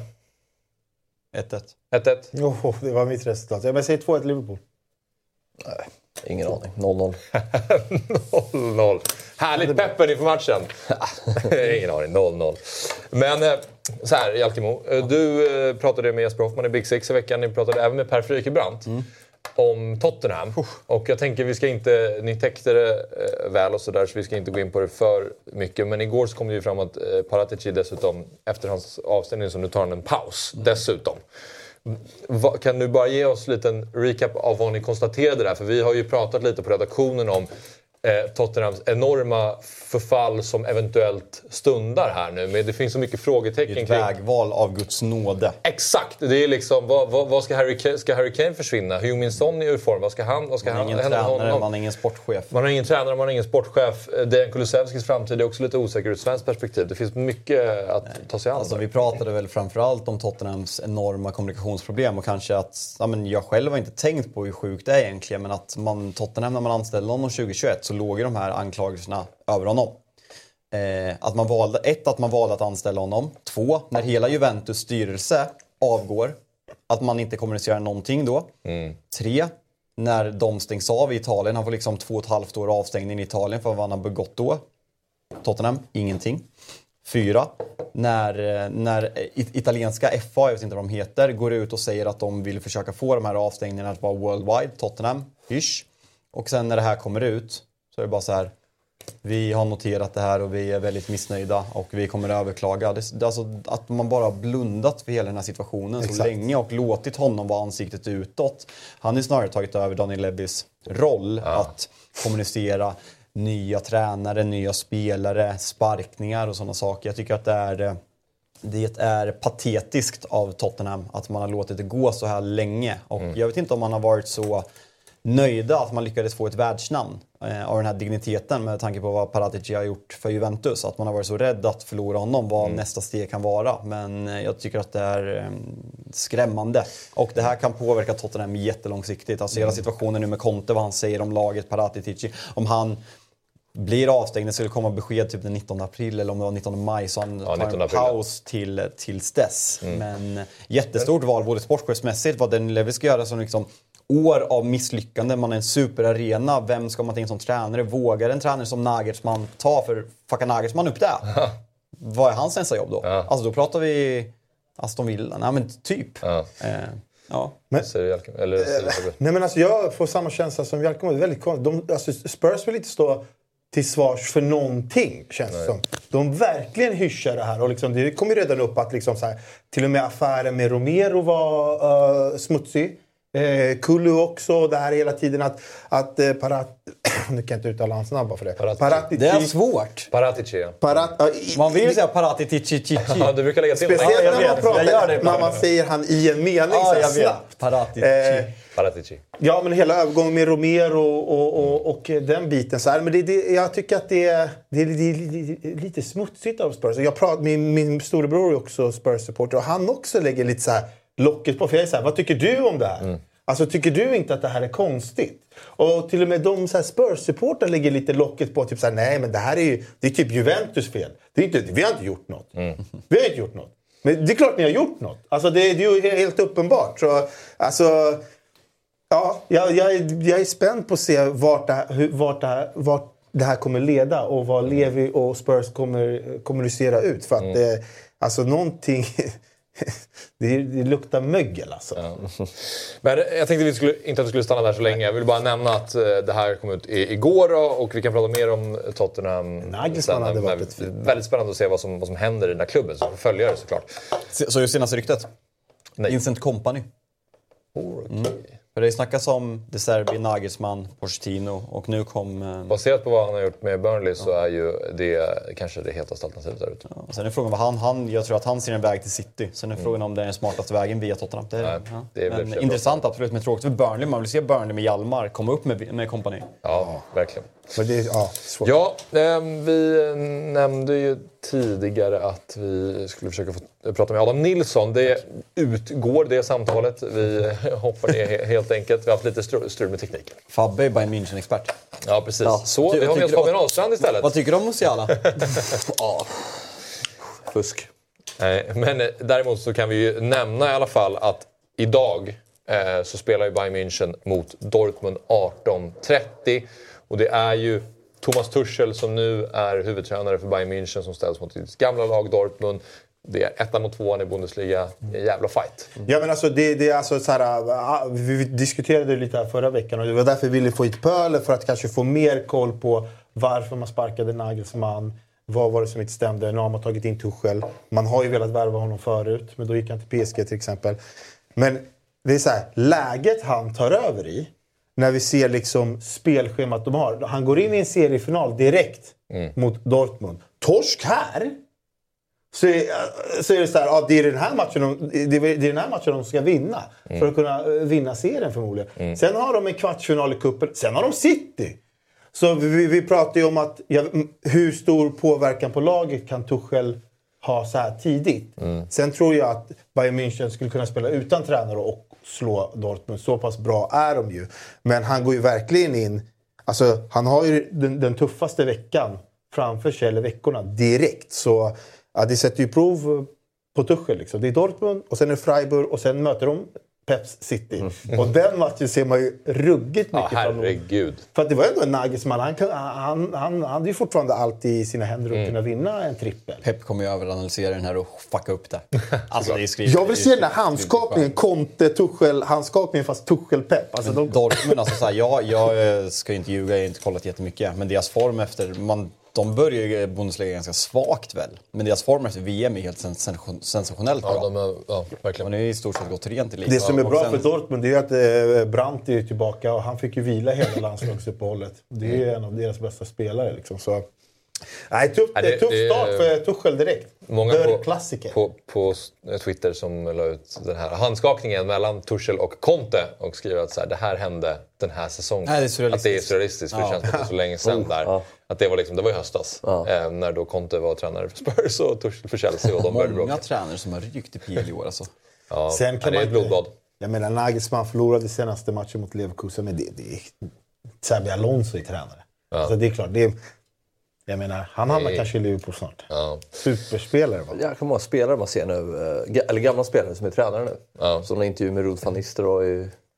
ett ett. ett ett. Oh, det var mitt resultat. Jag vill säga två ett Liverpool. Nej, ingen aning. noll noll. noll noll. Härligt peppen inför matchen. Ingen aning. noll noll. Men så här, Jalkemo. Du pratade med Jesper Hoffman i Big Six i veckan. Ni pratade även med Per Frykebrant mm. om Tottenham. Uh. Och jag tänker vi ska inte... Ni täckte det väl och sådär, så vi ska inte gå in på det för mycket. Men igår så kom det ju fram att Paratici dessutom, efter hans avstängning, så nu tar han en paus. Mm. Dessutom. Kan du bara ge oss lite en recap av vad ni konstaterade där? För vi har ju pratat lite på redaktionen om eh, Tottenhams enorma förfall som eventuellt stundar här nu. Men det finns så mycket frågetecken kring... Ett vägval av Guds nåde. Exakt! Det är liksom, vad, vad, vad ska, Harry Kane, ska Harry Kane försvinna? Heung-min Son är ur form. Vad ska han... Vad ska man har ingen han, tränare, man har ingen sportchef. Man har ingen tränare, man har ingen sportchef. Dejan Kulusevskis framtid är också lite osäker ur ett svenskt perspektiv. Det finns mycket att Nej. ta sig an. Alltså, vi pratade väl framförallt om Tottenhams enorma kommunikationsproblem. Och kanske att... Ja, men jag själv har inte tänkt på hur sjukt det är egentligen. Men att man, Tottenham, när man anställde honom tjugohundratjugoett, så låg ju de här anklagelserna över honom. Eh, att man valde, ett, att man valde att anställa honom. Två, när hela Juventus styrelse avgår, att man inte kommunicerar någonting då. Mm. Tre, när de stängs av i Italien. Han får liksom två och ett halvt år avstängning i Italien för vad han har begått då. Tottenham, ingenting. Fyra, när, när italienska F A, jag vet inte vad de heter, går ut och säger att de vill försöka få de här avstängningarna att vara worldwide. Tottenham, hysch. Och sen när det här kommer ut så är det bara så här: vi har noterat det här och vi är väldigt missnöjda och vi kommer att överklaga. Det, det, alltså att man bara har blundat för hela den här situationen Exakt. så länge och låtit honom vara ansiktet utåt. Han har snarare tagit över Daniel Lebbys roll ja. att kommunicera nya tränare, nya spelare, sparkningar och sådana saker. Jag tycker att det är, det är patetiskt av Tottenham att man har låtit det gå så här länge. Och mm. jag vet inte om man har varit så nöjda att man lyckades få ett världsnamn eh, av den här digniteten med tanke på vad Paratici har gjort för Juventus. Att man har varit så rädd att förlora honom, vad mm. nästa steg kan vara. Men eh, jag tycker att det är eh, skrämmande. Och det här kan påverka Tottenham jättelångsiktigt. Alltså mm. hela situationen nu med Conte, vad han säger om laget, Paratici. Om han blir avstängd, det skulle komma besked typ den nittonde april eller om det var nittonde maj, så han ja, tar en paus till, tills dess. Mm. Men jättestort val, både sportchefsmässigt, vad den Levi ska göra som liksom år av misslyckande. Man är en superarena. Vem ska man till en sån tränare? Vågar en tränare som Nagelsmann ta? För fucka Nagelsmann upp där? Vad är hans nästa jobb då? Ja. Alltså då pratar vi Aston Villa. Nej men typ. Ja. Eh, ja. Men, eller, eh, nej men alltså jag får samma känsla som Jalkemo. Det är väldigt konstigt. De, alltså Spurs vill inte stå till svars för någonting, känns det som. De verkligen hyschar det här. Och liksom, det kom ju redan upp att liksom så här, till och med affären med Romero var uh, smutsig. Eh, Kulu också. Det här hela tiden att, att eh, Parat... nu kan jag inte uttala hans namn bara för det. Paratici. Det är svårt. Paratici, ja. Parat, uh, i, man vill ju säga Paratici. Ja, du brukar lägga till. Speciellt ja, när man pratar, jag det, när man säger han i en mening ja, så jag snabbt. Paratici. Eh, Paratici. Ja, men hela övergången med Romero och, och, och, och den biten. Så här. Men det, det, jag tycker att det är, det är, det är lite smutsigt av Spurs. Jag pratar, min, min storebror är också Spurs-supporter och han också lägger lite så här locket på. För jag är så här, vad tycker du om det här? Mm. Alltså tycker du inte att det här är konstigt? Och till och med de så här Spurs-supporter lägger lite locket på. Typ så här, nej men det här är ju det är typ Juventus fel. Det är inte, vi har inte gjort något. Mm. Vi har inte gjort något. Men det är klart ni har gjort något. Alltså det, det är ju helt uppenbart. Så, alltså, ja, jag, jag, jag är spänd på att se vart det, här, vart det, här, vart det här kommer leda. Och vad Levi och Spurs kommer kommunicera ut. För att mm. det, alltså någonting... Det, det luktar mögel alltså. Ja. Men jag tänkte vi skulle, inte att vi skulle stanna där så länge. Jag vill bara nämna att det här kom ut igår då, och vi kan prata mer om Tottenham. Nagelsmann hade varit ett fint. Väldigt spännande att se vad som, vad som händer i den här klubben. Så följer det såklart. Så just senaste ryktet? Nej. Vincent Kompany. Oh, okay. Mm. För det snackas om De Serbi, Nagelsmann, Pochettino och nu kom... Eh... Baserat på vad han har gjort med Burnley så är ju det kanske det hetaste alternativet där ute. Ja, sen är frågan vad han, han... Jag tror att han ser en väg till City. Sen är mm. frågan om det är den smartaste vägen via Tottenham. Det är, Nej, ja. det är men intressant bra. Absolut, men tråkigt för Burnley. Man vill se Burnley med Hjalmar komma upp med, med Kompany. Ja, verkligen. Men det, ja, svårt. Ja, eh, vi nämnde ju tidigare att vi skulle försöka få prata med Adam Nilsson. Det utgår det samtalet. Vi hoppar ner helt enkelt. Vi har haft lite strul med tekniken. Fabbe är Bayern München-expert. Ja, precis. Ja. Så, vi har med oss Fabian Ahlstrand istället. Vad tycker du om Musiala? Ja, fusk. Nej, men däremot så kan vi ju nämna i alla fall att idag eh, så spelar ju Bayern München mot Dortmund arton trettio. Och det är ju Thomas Tuchel som nu är huvudtränare för Bayern München som ställs mot sitt gamla lag Dortmund. Det är ettan mot tvåan i Bundesliga. En jävla fight. Ja, men alltså det, det är alltså så här, vi diskuterade lite här förra veckan och det var därför vi ville få hit Pöle för att kanske få mer koll på varför man sparkade Nagelsmann. Vad var det som inte stämde? Nu har man tagit in Tuchel. Man har ju velat värva honom förut, men då gick han till P S G till exempel. Men det är så här, läget han tar över i när vi ser liksom spelschemat de har. Han går in i en seriefinal direkt mm. mot Dortmund. Torsk här. Så är, så är det så här, ja, det är den här matchen de, det är den här matchen de ska vinna mm. för att kunna vinna serien förmodligen. Mm. Sen har de en kvartsfinal i kuppen. Sen har de City. Så vi, vi pratar ju om att ja, hur stor påverkan på laget kan Tuchel ha så här tidigt. Mm. Sen tror jag att Bayern München skulle kunna spela utan tränare och slå Dortmund. Så pass bra är de ju. Men han går ju verkligen in. Alltså han har ju den, den tuffaste veckan framför sig, eller veckorna direkt. Så ja, det sätter ju prov på Tuchel liksom. Det är Dortmund och sen är Freiburg och sen möter de Peps City. Mm. Och den matchen ser man ju ruggigt mycket ja, herregud. Från. För att det var ändå en Nagelsmann. Han, han, han, han hade ju fortfarande allt i sina händer att mm. kunna vinna en trippel. Pep kommer ju överanalysera den här och fucka upp det. Alltså, det är skrivet, jag vill se den här handskapningen. Conte, Tuchel, handskapningen fast Tuchel-Pep. Alltså, de... Dortmund, alltså så här, jag, jag ska inte ljuga, jag har inte kollat jättemycket. Men deras form efter... Man, de börjar ju Bundesliga ganska svagt väl. Men deras form efter V M är helt sensationellt bra. Ja, de är, ja, verkligen. Man är i stort sett gått rent i ligan. Det som är bra sen... för Dortmund är att eh, Brandt är tillbaka och han fick ju vila hela landslagsuppehållet. Det är en av deras bästa spelare liksom. Så... Nej, tuff, ja, det, det är tuff det, start för Tuchel direkt. Många på, på, på Twitter som la ut den här handskakningen mellan Tuchel och Conte och skriver att så här, det här hände den här säsongen. Nej, det är att det är surrealistiskt, för ja. Det känns inte så länge sedan där. Ja. Att det var liksom, det var i höstas ja. eh, när då Conte var tränare för Spurs och Tuchel för Chelsea och de började bra. Många tränare som har ryckt i P L i år alltså. Ja, Sen kan det är ett blodbad. Jag menar, Nagelsmann förlorade senaste matchen mot Leverkusen, men det, det är Xabi Alonso i tränare. Ja. Alltså det är klart, det är... Jag menar, han hamnar kanske i Liverpool snart. Ja. Superspelare. Va? Jag kan många spelare man ser nu, eller gamla spelare som är tränare nu. Ja. Som en intervju med Ruud van Nistelrooy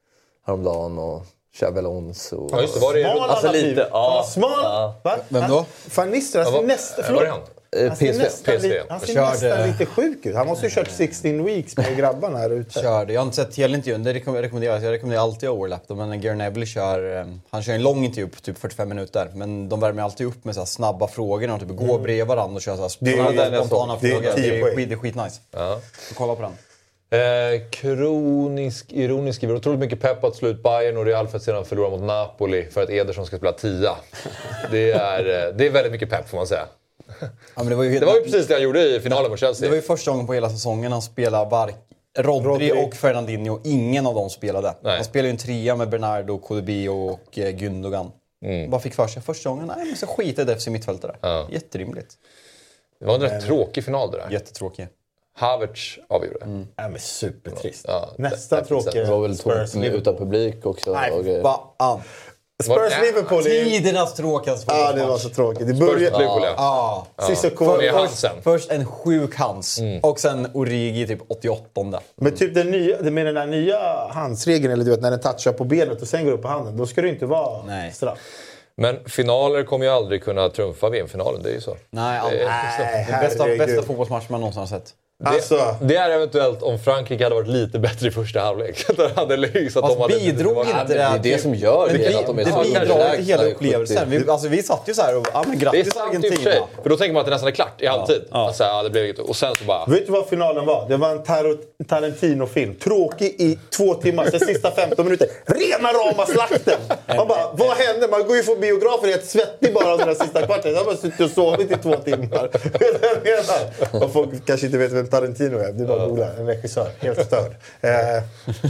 häromdagen och Xabi Alonso. Ja, just det. Var det Smal alltså alla lite, liv. ja. Smal. Ja. Va? Vem då? Van Nistelrooy. Han ser nästan... Var det han? Han ser P S V. nästan, P S V. li- han ser Körde- nästan lite sjuk ut. Han måste ju ha kört sexton weeks med grabbarna här ute. Körde. Jag har inte sett hela intervjun, det rekom- rekommenderas. Jag rekommenderar alltid overlap då, men Gary Neville kör, eh, han kör en lång intervju på typ fyrtiofem minuter. Men de värmer alltid upp med så här snabba frågor när de typ går bredvid varandra och kör så här Det är- spontana det är- spontana det är frågor. tio Det är, poäng. skit, det är skitnice. Ja. Så kolla på den. Eh, kronisk, ironisk skriver otroligt mycket pepp på att slå ut Bayern och Real för att sedan förlora mot Napoli för att Ederson ska spela tia. Det är, eh, det är väldigt mycket pepp får man säga. Ja, men det, var ju, Det var ju precis det han gjorde i finalen mot Chelsea. det var ju första gången på hela sängen han spelade vark Rodri, Rodri. och Fernandinho. Ingen av dem spelade. Nej. Han spelade ju en trea med Bernardo, K D B och eh, Gündogan. Mm. Bara fick för sig första gången, nej men så skita i defensiv mittfältare. Ja. Jätterimligt. Det var en rätt tråkig final det där. Jättetråkig. Havertz avgjorde. Mm. Ja, men supertrist. Ja, Nästan det- tråkig. Det var väl Spurs, tomt utan Liverpool. publik också. och Nej, grejer. fan. Spurs Liverpool är... Tidernas tråkigaste Ja, det var så tråkigt. Det Spurs började... Liverpool, ja. Ja. Sissoko. Med Först, Hansen. först en sjuk Hans Mm. och sen Origi typ åttioåttonde. Men typ den nya, med den där nya handsregeln, eller du vet när den touchar på benet och sen går upp på handen, då ska det inte vara Nej. straff. Men finaler kommer ju aldrig kunna trumfa V M-finalen, det är ju så. Nej, Det är- Nej, den bästa, herregud. bästa fotbollsmatch man någonsin har sett. Alltså, Det är eventuellt om Frankrike hade varit lite bättre i första halvlek. Då hade liksom att Fast de hade bidrog var- inte men det det är här det till- som gör Men det, det, att de är det så bidrar överlägsna till hela i upplevelsen. Vi, alltså, vi satt ju så här och, ja men Det är grattis sant i och för sig. Argentina. För då tänker man att det nästan är klart i halvtid. Ja. Alltså, ja, det blev inget. Och sen så bara... vet du vad finalen var? Det var en Tar- Tarantino-film. Tråkig i två timmar, sen sista femton minuter. Rena rama slakten! Man bara, vad hände? Man går ju på biografer helt svettig bara den där sista kvarten. Jag har bara suttit och sovit i två timmar. Vet du vad jag menar? Och folk kanske inte vet vem Tarantino är. Det är bara googla. En regissör. Helt störd. Eh.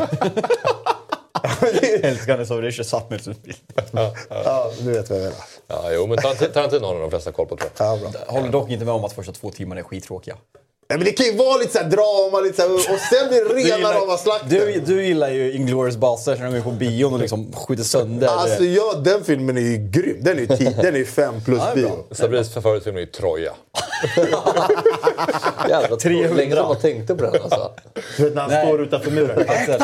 Älskar det så det är så satt med utbild. Ja, du vet vad jag menar. Ja, jo, men Tarantino Tarantino har de flesta koll på, tror jag. Ja, bra. Håller dock inte med om att första två timmarna är skittråkiga. Nej, men det kan ju vara lite så här drama lite så här, och sen blir det rena rama slakten. du, du gillar ju Inglourious Basterds när de är på bion och liksom skjuter sönder. Alltså ja, den filmen är ju grym. Den är ju tio, den är ju fem plus Ja, det är bra. bio. Sabris favoritfilm är ju Troja. Jävla trehundra. länge som man tänkte på den alltså. Du vet när han Nej. står utanför muren. Axel,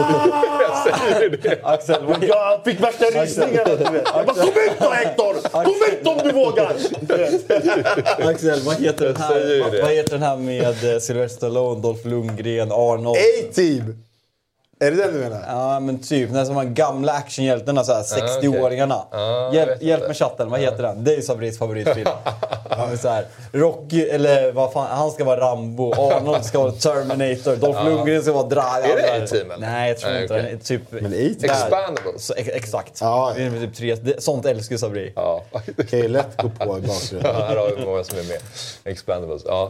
Axel, vad he- Jag fick värsta rysningarna, du vet. Jag bara, kom ut då Hector! Kom ut om du vågar! Du vet. Axel, vad heter den säger ju här, det. vad heter den här med eh, Sylvester Stallone, Dolph Lundgren, Arnold? A-Team! Är det den du menar? Ja, men typ. Den som var gamla actionhjältarna, så här sextio-åringarna. Ah, jag hjälp, vet hjälp inte. med chatten, vad heter den? Det är Sabris favoritfilm. Ja, men så här, Rocky, eller vad fan, han ska vara Rambo, Arnold ska vara Terminator, Dolph Lundgren ska vara Drive. Är det A-Team, eller? Nej, jag tror Nej, inte okej. det. är Typ, Men A-Team? där. Expandables. Så, ex- exakt. Ja, Det är typ tre, det, sånt älskar ju Sabri. Ja. Kan ju lätt gå på i Ja, bakgrunden. här har vi många som är med. Expandables, ja.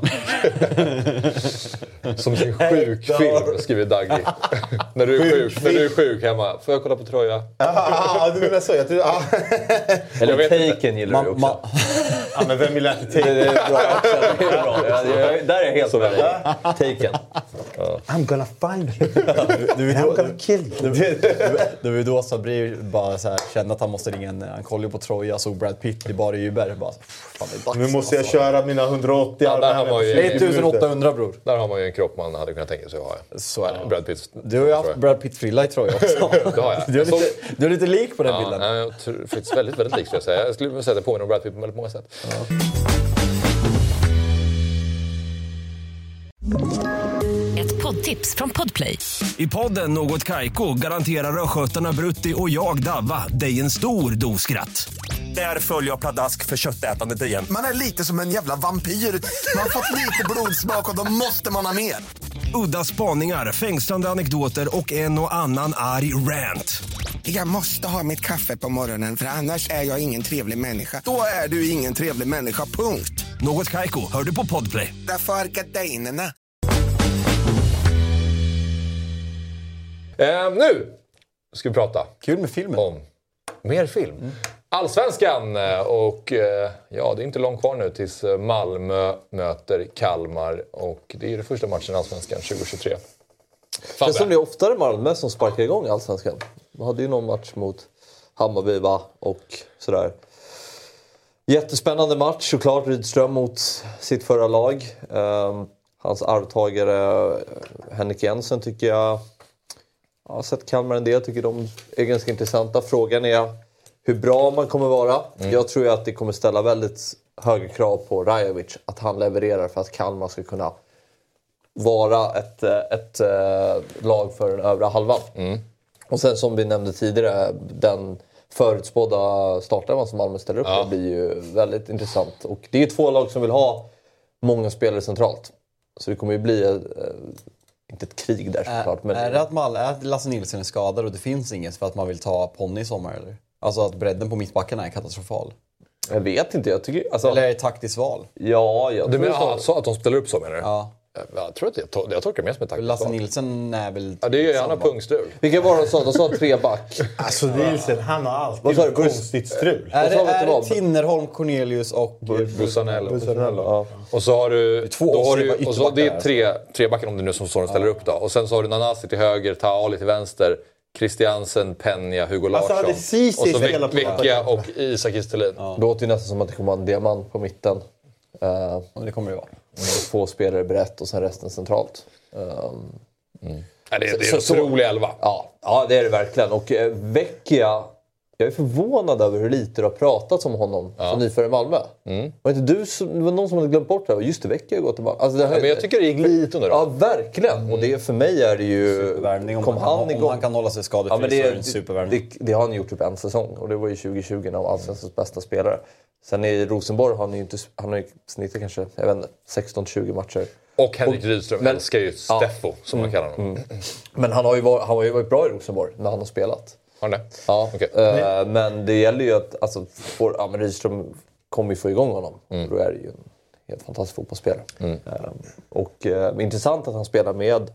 Som sin sjukfilm, skriver Daggy. när, du är sjuk, när du är sjuk hemma. Får jag kolla på Troja? Ah, du menar så? Jag tror, ah. Eller vet inte. Taken gillar du Ma- också. ma- Ja, men vem vill inte Det take? är bra också. Det är bra. Ja, jag- Där är jag helt med dig. Taken. I'm gonna find you. Du, And I'm gonna kill you. Det var ju då Sabri bara så här, kände att han måste ringa en... Han kollade ju på Troja, såg Brad Pitt i bara Uber. Bara, fan, det är dags, Nu måste jag alltså. köra mina hundraåttio Ja, där har man ju- ettusenåttahundra bror. Där har man ju en kropp man hade kunnat tänka sig att ha. Så är det. Brad Pitt. Du har ju haft Brad Pitt-frilla i Troja också. Det har jag. Du är lite, du är lite lik på den Ja, bilden. nej, jag tror faktiskt väldigt, väldigt lik skulle jag säga. Jag skulle vilja säga att det påminner om Brad Pitt på väldigt många sätt. Ett poddtips från Podplay. I podden Något Kaiko garanterar östgötarna Brutti och jag Davva dig en stor dos skratt. Där följer jag pladask för köttätandet igen. Man är lite som en jävla vampyr. Man har fått lite blodsmak och då måste man ha mer. Udda spaningar, fängslande anekdoter och en och annan arg rant. Jag måste ha mitt kaffe på morgonen för annars är jag ingen trevlig människa. Då är du ingen trevlig människa, punkt. Något Kaiko, hör du på Podplay. Därför är gardinerna. Eh, nu ska vi prata Kul med filmen. om mer film. Mm. Allsvenskan och eh, ja, det är inte långt kvar nu tills Malmö möter Kalmar och det är den första matchen i Allsvenskan tjugohundratjugotre. Det som blir oftare Malmö som sparkar igång i Allsvenskan. Man hade ju någon match mot Hammarby va? Och sådär. Jättespännande match såklart. Rydström mot sitt förra lag. Um, hans arvtagare Henrik Jensen tycker jag Jag har sett Kalmar en del, jag tycker de är ganska intressanta. Frågan är hur bra man kommer vara. Mm. Jag tror att det kommer ställa väldigt höga krav på Rajovic att han levererar för att Kalmar ska kunna vara ett, ett, ett lag för den övre halvan. Mm. Och sen som vi nämnde tidigare, den förutspådda startelvan som Malmö ställer upp ja. blir ju väldigt intressant. Och det är ju två lag som vill ha många spelare centralt. Så det kommer ju bli eh, inte ett krig där såklart. Men är det att Mal, är Lasse Nilsson är skadad och det finns inget för att man vill ta Ponny i sommar eller? Alltså att bredden på mittbackarna är katastrofal. Jag vet inte, jag tycker... Alltså, eller är det ett taktiskt val? Ja, jag du menar så att de ställer upp så menar du? Ja. Jag tror att jag, to- jag tolkar mer som ett taktiskt Lasse Nilsson är väl... Ja, det är ju gärna pungstrul. Vilka var de sa? De sa tre back. Alltså Nilsson, han har alltid ett konstigt strul. Är det, är det Tinnerholm, Cornelius och... Bussanello. Bussanello. Ja. Och så har du... Två då har du och så, det är tre, tre backar om det nu som står och ställer ja. upp då. Och sen så har du Nanasi till höger, Taali till vänster. Christiansen, Peña, Hugo Larsson. Alltså, Cici och så Vecchia och Isak Kistelin. Ja. Det låter ju nästan som att det kommer en diamant på mitten. Uh, det kommer det vara. Två spelare brett och sen resten centralt. Um, mm. ja, det är, det är så, en otrolig elva. Ja, ja, det är det verkligen. Och eh, Vecchia, jag är förvånad över hur lite det har pratats om honom ja. som nyförare i Malmö. Mm. Var inte du som, det var någon som hade glömt bort det? Just det, Vecchia går tillbaka. Alltså det här, ja, men jag tycker det gick lite under. Ja, verkligen. Mm. Och det, för mig är det ju... Supervärvning. Om, kom han, han, om han kan hålla sig skadefri ja, det, så är det en supervärvning. Det, det har han gjort typ en säsong. Och det var ju tjugo tjugo när han var allsvenskans bästa spelare. Sen i Rosenborg har han ju inte, han har ju snittat kanske, jag vet inte, sexton tjugo matcher. Och Henrik Rydström men, älskar ju Steffo, ja, som man kallar honom. Mm. Men han har, ju varit, han har ju varit bra i Rosenborg när han har spelat. Har han det? Ja, okay. uh, men det gäller ju att, alltså, får, ja, men Rydström kommer ju få igång honom. Mm. Då är det ju en helt fantastisk fotbollsspelare. Mm. Uh, och uh, intressant att han spelar med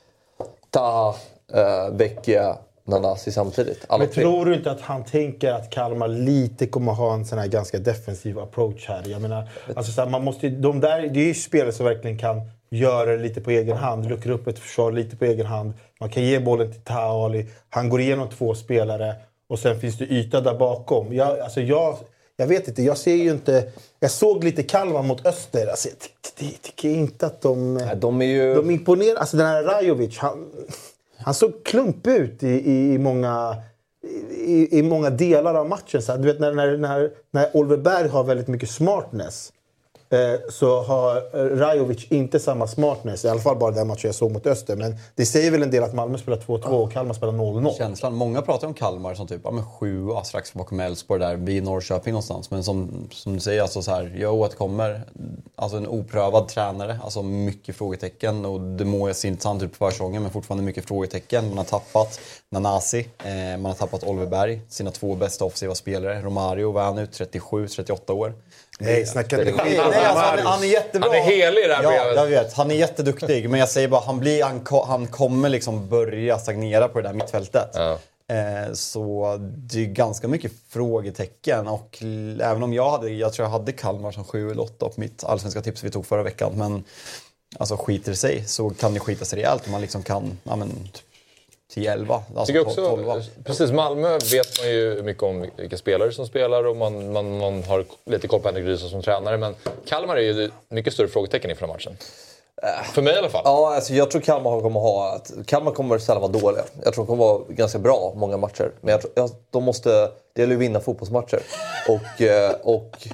Taha, uh, Vecchia, Nanasi samtidigt. Alla men tre. Tror du inte att han tänker att Kalmar lite kommer ha en sån här ganska defensiv approach här? Jag menar, alltså så här, man måste, de där, det är ju spelare som verkligen kan göra det lite på egen hand, luckra upp ett försvar lite på egen hand. Man kan ge bollen till Taali, han går igenom två spelare och sen finns det yta där bakom. Jag, alltså jag, jag vet inte, jag ser ju inte... Jag såg lite Kalmar mot Öster. Alltså, jag tycker, tycker inte att de... Nej, de är ju... De imponerar. Alltså den här Rajovic, han... Han såg klump ut i, i, i, många, i, i många delar av matchen. Så, du vet, när, när, när, när Oliver Berg har väldigt mycket smartness eh, så har Rajovic inte samma smartness. I alla fall bara den matchen jag såg mot Öster. Men det säger väl en del att Malmö spelar två två och Kalmar spelar noll noll. Känslan, många pratar om Kalmar som typ ja, men sju, strax bakom Elfsborg där vid Norrköping någonstans. Men som, som du säger, alltså så här, jo, att kommer alltså en oprövad tränare, alltså mycket frågetecken och det må jag se intressant ut på försäsongen men fortfarande mycket frågetecken. Man har tappat Nanasi, eh, man har tappat Oliver Berg, sina två bästa offensiva spelare. Romario var han nu, trettiosju trettiåtta år. Nej, snacka inte skit. Nej, alltså, han, han är jättebra. Han är helig i det här ja, brevet. jag vet. Han är jätteduktig. Men jag säger bara, han, blir, han, han kommer liksom börja stagnera på det där mittfältet. Ja. Eh, så det är ganska mycket frågetecken. Och även om jag hade, jag tror jag hade Kalmar som sju eller åtta på mitt allsvenska tips vi tog förra veckan. Men alltså skiter sig så kan det skita sig rejält. Om man liksom kan, ja men... till elva. Alltså jag också, tolv. Precis, Malmö vet man ju mycket om vilka spelare som spelar och man, man, man har lite koll på Henrik Rydström som tränare. Men Kalmar är ju mycket större frågetecken inför matchen. Äh, För mig i alla fall. Ja, alltså jag tror Kalmar kommer ha att Kalmar kommer sällan vara dåliga. Jag tror de kommer vara ganska bra många matcher. Men jag tror, jag, de måste, det gäller ju vinna fotbollsmatcher. Och... och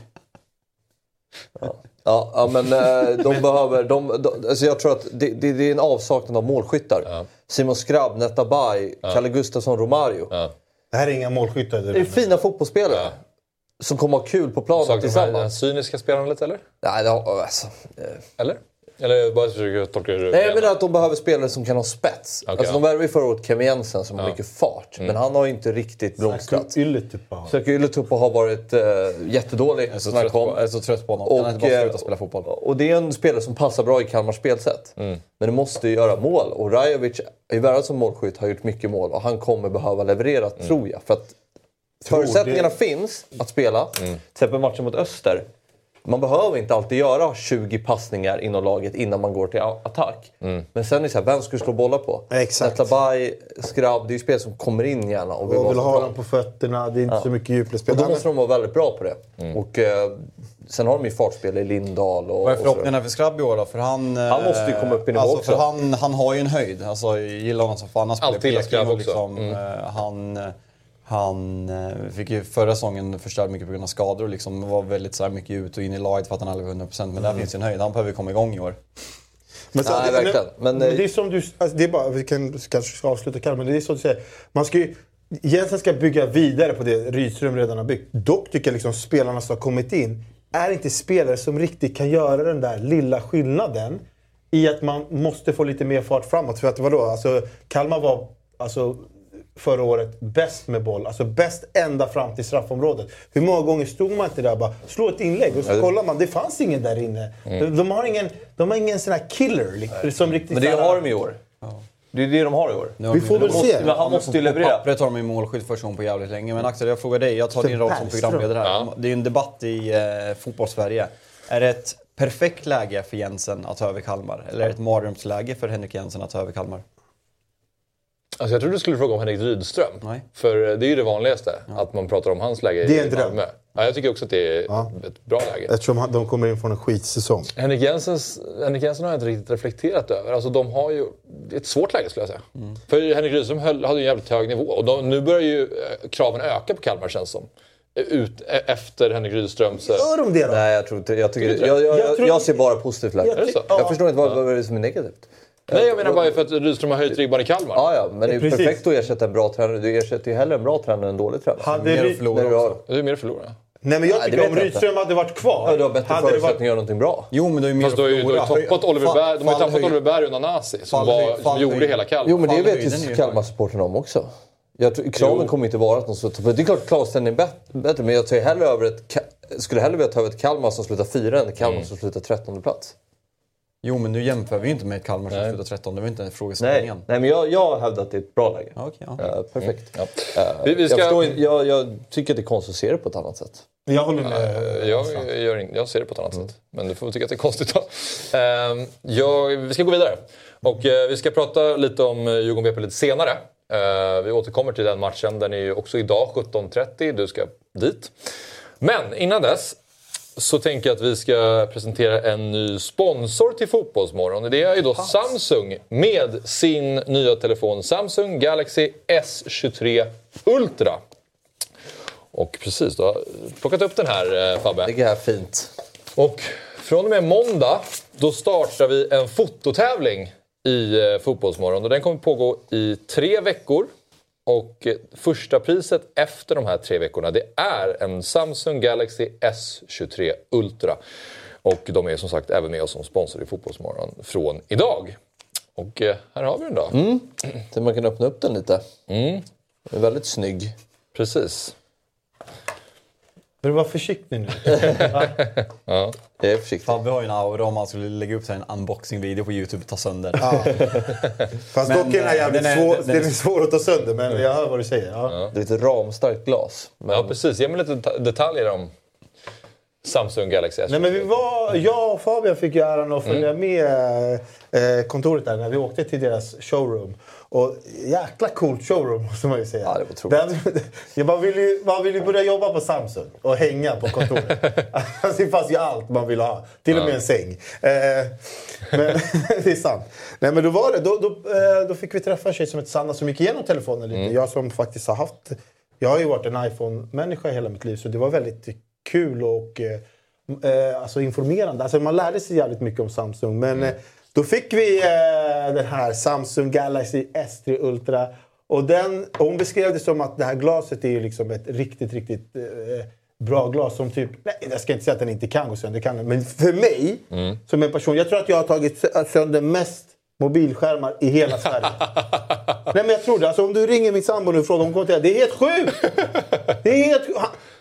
ja. Ja, ja, men de behöver... De, de, alltså jag tror att det, det, det är en avsaknad av målskyttar. Ja. Simon Skrabb, Netabay, ja. Kalle Gustafsson, Romario. Ja. Det här är inga målskyttar. Det är fina fotbollsspelare. Ja. Som kommer ha kul på planen Saknar tillsammans. Den cyniska spelaren lite, eller? Nej, det har, alltså... Eller? Eller bara försöker tolka det. Nej, jag menar att de behöver spelare som kan ha spets. Okay, alltså, ja. De värvade ju förra året Kevin Jensen som ja. har mycket fart. Mm. Men han har ju inte riktigt blomstrat. Söker Ylätuppa har varit äh, jättedålig. Jag är, så trött på, jag är så trött på honom. Och, han har inte bara slutat spela fotboll. Och det är en spelare som passar bra i Kalmars spelsätt. Mm. Men det måste ju göra mål. Och Rajovic, i världen som målskytt, har gjort mycket mål. Och han kommer behöva leverera, mm. tror jag. För att förutsättningarna det... finns att spela. Mm. Till exempel matchen mot Öster. Man behöver inte alltid göra tjugo passningar inom laget innan man går till attack. Mm. Men sen är det så här, vem ska du slå bollar på? Exakt. Netlabay, Skrabb, det är ju spel som kommer in gärna. Och vill, och vill ha bra. dem på fötterna, det är inte Ja. så mycket djupledsspel. Och då måste de vara väldigt bra på det. Mm. Och eh, sen har de ju fartspel i Lindahl och... Vad är förhoppningarna för Skrabb i år då? För han, Han måste ju komma upp i nivå alltså, också. För han, han har ju en höjd. Alltså, jag gillar honom som fan. Han spelar Alltid gillat Peking Skrabb och också. liksom, Mm. eh, han, han eh, fick ju förra säsongen förstörd mycket på grund av skador. Liksom, var väldigt så här, mycket ut och in i laget för att han aldrig var hundra procent. Men där finns ju en höjd. Han behöver komma igång i år. Men, så, Nej, det, verkligen. Men, Men, men det är som du... Alltså, det är bara, vi kan kanske ska avsluta Kalle, men det är så att säga. Man ska ju... Jensen ska bygga vidare på det Rydström redan har byggt. Dock tycker jag liksom spelarna som har kommit in är inte spelare som riktigt kan göra den där lilla skillnaden i att man måste få lite mer fart framåt. För att vadå? Alltså, Kalmar var alltså, förra året bäst med boll. Alltså bäst ända fram till straffområdet. Hur många gånger stod man inte där och bara slå ett inlägg och så kollar man. Det fanns ingen där inne. Mm. De, de, har ingen, de har ingen sån här killer liksom, som riktigt... Men det såhär- har de i år. Det är det de har i år. Vi får väl se. Men han måste ju På leverera. pappret har de ju målskydd första gången på jävligt länge. Men Axel, jag frågar dig. Jag tar din roll som Bergström. programledare här. Ja. Det är ju en debatt i eh, fotbollssverige. Är det ett perfekt läge för Jensen att ta över Kalmar? Eller är det ett mardrömsläge för Henrik Jensen att ta över Kalmar? Alltså jag trodde du skulle fråga om Henrik Rydström. Nej. För det är ju det vanligaste, att man pratar om hans läge Det är en i dröm. Malmö. Ja, jag tycker också att det är Ja. ett bra läge. Eftersom han- de kommer in från en skitsäsong. Henrik, Jensens, Henrik Jensen har jag inte riktigt reflekterat över. Alltså de har ju... Det är ett svårt läge skulle jag säga. Mm. För Henrik Rydström höll, hade ju en jävligt hög nivå. Och de, nu börjar ju eh, kraven öka på Kalmar, känns som. Ut, e- efter Henrik Rydströms... eh, Gör de det då? Nej, jag tror inte... Jag, tycker, Tror du jag, inte? jag, Jag jag, tror- jag ser bara positivt läge. Jag Är det så? ty- ja. Jag förstår inte vad, vad är det som är negativt. Nej, jag menar bara för att Rydström har höjt ribban i Kalmar. Ja, ja, men det är ju Precis. perfekt att ersätta en bra tränare. Du ersätter ju hellre en bra tränare än en dålig tränare. Hade Mer att Ry- förlora När du har, också. Det är mer att förlora. Nej, men jag Nej, det tycker vet om jag inte. Rydström hade varit kvar. ja, du har bättre hade det förutsättningar varit... att göra någonting bra. Jo, men det är ju mer Fast att du har ju, du förlora. har ju tappat Oliver Fall- Berg. De har ju fall- tappat höjd- Oliver Berg och Nanasi som, fall- var, fall- som gjorde höjd. hela Kalmar. Jo, men det vet Fallhöjden är ju ju Kalmar-supporterna om också. Jag tror, kraven Jo. kommer inte vara att de slutar... Det är klart Klausen är bättre, bättre men jag tar hellre över ett, Ka- skulle hellre vilja ta över ett Kalmar som slutar fyra än ett Kalmar Mm. som slutar trettonde plats. Jo, men nu jämför vi ju inte med ett Kalmar som Nej. slutar tretton. Det var inte en Nej, frågeställning. nej men jag, jag hävdar att det är ett bra läge. Ja, okej, ja. Eh, perfekt. Ja. Eh, Vi- vi ska- jag, förstår, inte- jag, jag tycker att det är konstigt att se det på ett annat sätt. Jag håller med. Eh, Jag, gör in, jag ser det på ett annat sätt. Men du får tycka att det är konstigt då. Ehm, jag, vi ska gå vidare. Och eh, vi ska prata lite om eh, Djurgården B P lite senare. Eh, vi återkommer till den matchen. Den är ju också idag sjutton trettio. Du ska dit. Men innan dess så tänker jag att vi ska presentera en ny sponsor till Fotbollsmorgon. Det är ju då Samsung med sin nya telefon Samsung Galaxy S tjugotre Ultra. Och precis, du har plockat upp den här, eh, Fabbe. Det är fint. Och från och med måndag då startar vi en fototävling i eh, Fotbollsmorgon. Och den kommer pågå i tre veckor. Och eh, första priset efter de här tre veckorna det är en Samsung Galaxy S tjugotre Ultra. Och de är som sagt även med oss som sponsor i Fotbollsmorgon från idag. Och eh, här har vi den då. Mm. Så man kan öppna upp den lite. Mm. Den är väldigt snygg. Precis. Men var försiktig nu. Ja. Jag är försiktig. Fabbe har ju en aura om man skulle lägga upp så här en unboxing-video på YouTube och ta sönder. Ja. Fast Men, dock är den här eh, jävligt den är- svår, den- den är svår att ta sönder. Men jag hör vad du säger. Ja. Det är ett ramstarkt glas. Men Ja, precis. Ge mig lite deta- detaljer om Samsung Galaxy S Nej, men vi var, jag och Fabian fick ju äran att följa Mm. med eh, kontoret där när vi åkte till deras showroom. Och jäkla coolt showroom måste man ju säga. Ja, det var otroligt. Den, ja, man, vill ju, man vill ju börja jobba på Samsung och hänga på kontoret. Alltså, det fanns ju allt man ville ha. Till och med en säng. Eh, men det är sant. Nej, men då var det. Då, då, eh, då fick vi träffa en tjej som heter Sanna som gick igenom telefonen lite. Mm. Jag som faktiskt har haft... Jag har ju varit en iPhone-människa hela mitt liv så det var väldigt kul och eh, alltså informerande. Alltså man lärde sig jävligt mycket om Samsung. Men Mm. eh, då fick vi eh, den här Samsung Galaxy S tre Ultra. Och den, och hon beskrev det som att det här glaset är ju liksom ett riktigt, riktigt eh, bra glas. Som typ, nej jag ska inte säga att den inte kan gå sönder, det kan den. Men för mig, Mm. som en person, jag tror att jag har tagit sönder mest mobilskärmar i hela Sverige. Nej men jag tror det. Alltså om du ringer min sambo nu och frågar om hon kommer till det. Det är helt sjukt! Det är helt sjukt. Han,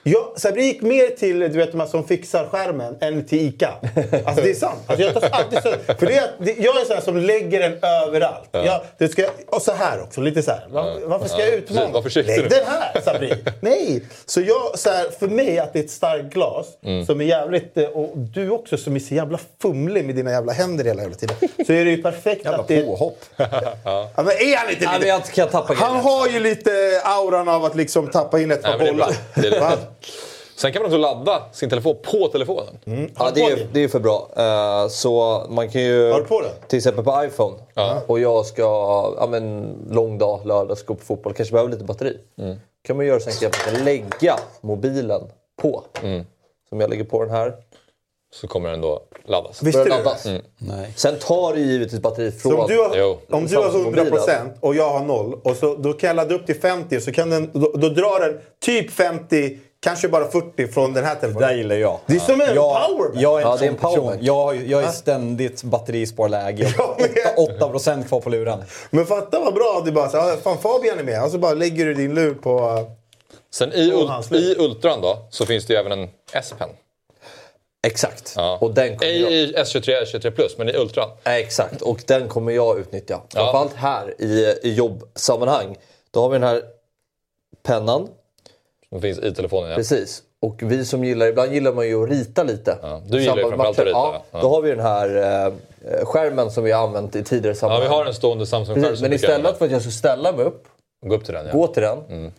Ja, Sabri gick mer till du vet, de här som fixar skärmen än till Ica. Alltså det är sant. Alltså, jag tar alltid så, för det är, det, jag är sån här som lägger den överallt. Ja. Jag, det ska, och så här också, lite så här. Var, varför ska Ja. jag utmana? Var försiktig. Lägg den här, Sabri. Nej. Så jag, så här, för mig att det är ett starkt glas Mm. som är jävligt, och du också som är så jävla fumlig med dina jävla händer hela jävla tiden. Så är det ju perfekt Jävla att det... påhopp. Ja, men är han inte Nej, lite... men jag kan tappa Han grejen. har ju lite auran av att liksom tappa in ett Nej, par men det är bra. bollar. Det är det. Va? Sen kan man också ladda sin telefon på telefonen. Mm. Ja, det är, det är för bra. Uh, så man kan ju... Har du på den? Till exempel på iPhone. Ja. Och jag ska, ja men, lång dag, lördag, ska gå på fotboll. Kanske behöver lite batteri. Mm. Kan man göra så enkelt att man kan lägga mobilen på. Mm. Som jag lägger på den här. Så kommer den då laddas. Visste Börjar du? laddas. Mm. Nej. Sen tar det givetvis batteri från... Så om du har, Jo. om du har hundra Samsung-mobilen. procent och jag har noll, och så, då kan jag ladda upp till femtio, så kan den, då, då drar den typ femtio, kanske bara fyrtio från den här Det telefonen. där gillar jag. Det är som en jag, powerbank. Jag är en, Ja, det är en sån person. powerbank. Jag, jag är ständigt batterisparläge. Jag med. åtta procent kvar på luren. Men fatta vad bra, du bara så här, fan Fabian är med, och så bara lägger du din lur på... Uh, Sen i, Åh, ul- hans liv. i Ultran då, så finns det ju även en S-pen. Exakt. Ja. Och den kommer Ej jag... i S tjugotre, S tjugotre plus, men i Ultran. Nej, exakt. Och den kommer jag utnyttja. Framförallt här i, i jobbsammanhang. Då har vi den här pennan. Som finns i telefonen, ja. Precis. Och vi som gillar, ibland gillar man ju att rita lite. Ja, du gillar ju Samband framförallt att rita, matcher. Ja, ja. Då har vi den här eh, skärmen som vi har använt i tidigare Ja, sammanhang. vi har en stående Samsung-skärm. Precis, som men vi kan istället för att jag ska ställa mig upp, gå upp till den, ja. gå till den,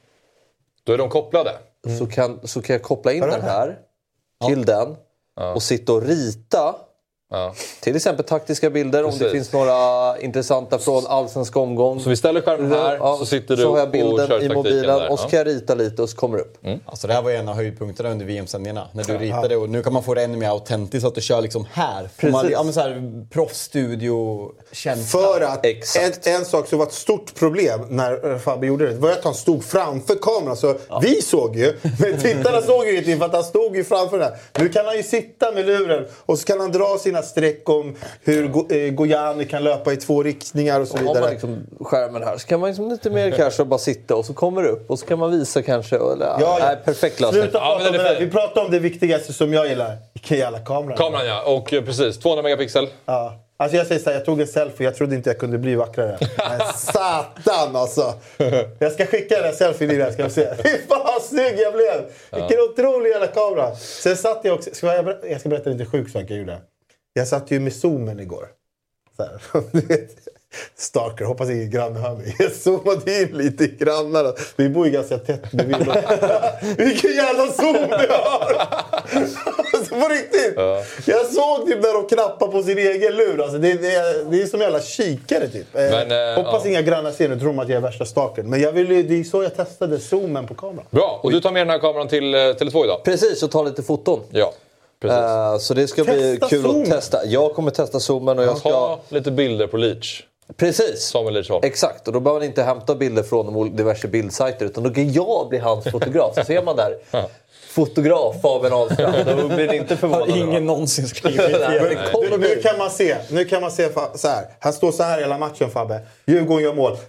Då är de kopplade. så, kan, så kan jag koppla in Har du den den? här till den och sitta och rita. Ja. Till exempel taktiska bilder om det Precis. finns några intressanta från allsvensk omgång. Så vi ställer skärmen här, Ja, så sitter du så har jag och bilden kör i taktiken mobilen där. och så Ja. kan jag rita lite och så kommer det upp. Alltså det här var ju en av höjdpunkterna under V M-sändningarna. När du ritade, och nu kan man få det ännu mer autentiskt så att du kör liksom här. Får man, Precis. ja, men så här proffsstudio-känsla. För att en, Exakt. en sak som var ett stort problem när eh, Fabbe gjorde det var att han stod framför kameran. Så vi såg ju, men tittarna såg ju inte för att han stod ju framför den här. Nu kan han ju sitta med luren och så kan han dra sina streck om hur Go- eh, Gojani kan löpa i två riktningar och så Och har man vidare. liksom skärmen här så kan man liksom lite mer kanske bara sitta och så kommer det upp och så kan man visa kanske. Eller, Ja, ja. Nej, perfekt lösning. Sluta Ja, prata men om den det är där. fin. Vi pratar om det viktigaste som jag gillar. Vilken jävla kamera. Kameran, ja. Och eh, precis, tvåhundra megapixel. Ja. Alltså jag säger så här, jag tog en selfie. Jag trodde inte jag kunde bli vackrare. Men satan alltså. Jag ska skicka den här selfien i det här, ska vi se. Fy fan vad snygg jag blev. Vilken otrolig jävla kamera. Sen satt jag också, ska jag, ber- jag ska berätta en lite sjuk sak jag gjorde. Jag satt ju med zoomen igår. Så här. Du vet, stalker, hoppas ingen granne hör mig. Jag zoomade in lite i grannarna. Vi bor ju ganska tätt med villor. Vilken jävla zoom du har! Alltså på riktigt! Ja. Jag såg typ när de knappar på sin egen lur. Alltså, det, det, är, det är som en jävla kikare typ. Eh, Men, eh, hoppas ja. inga grannar ser nu och tror de att jag är värsta stalkern. Men jag vill, ju- det är så jag testade zoomen på kameran. Bra, och du tar med den här kameran till eh, Tele två idag? Precis, och ta lite foton. Ja, precis. Eh, så det ska bli Testa kul zoomen. att testa. Jag kommer testa zoomen och jag ska... Ta lite bilder på Leach. Precis. Samuel Leach Holm. Exakt, och då behöver man inte hämta bilder från de diverse bildsajter utan då kan jag bli hans fotograf. Så ser man där, fotograf Fabian Ahlstrand. Då blir det inte förvånad. Har ingen någonsin skrivit Nej, det. men kolla Nu, nu nu. kan man se, nu kan man se fa- så här. Han står så här hela matchen, Fabbe. Djurgården gör mål.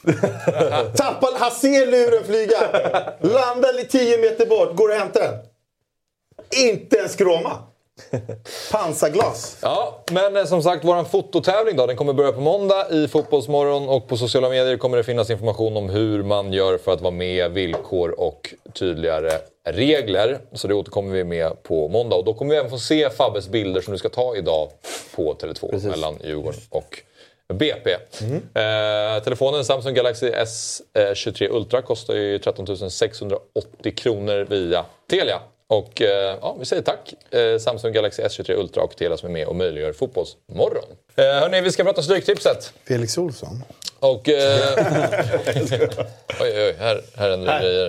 Tappar, han ser luren flyga. Landar tio meter bort, går och hämtar den. Inte en skråma. Pansarglas. Ja, men eh, som sagt, vår fototävling då, den kommer börja på måndag i Fotbollsmorgon och på sociala medier kommer det finnas information om hur man gör för att vara med, villkor och tydligare regler. Så det återkommer vi med på måndag och då kommer vi även få se Fabbes bilder som du ska ta idag på Tele två mellan Djurgården och B P. Eh, telefonen Samsung Galaxy S tjugotre Ultra kostar ju tretton tusen sexhundraåttio kronor via Telia. Och eh, ja, vi säger tack eh, Samsung Galaxy S tjugotre Ultra och Telia som är med och möjliggör Fotbollsmorgon. Eh, hörni, vi ska prata Stryktipset. Felix Olsson. Och... Eh, oj, oj, här, här händer det grejer.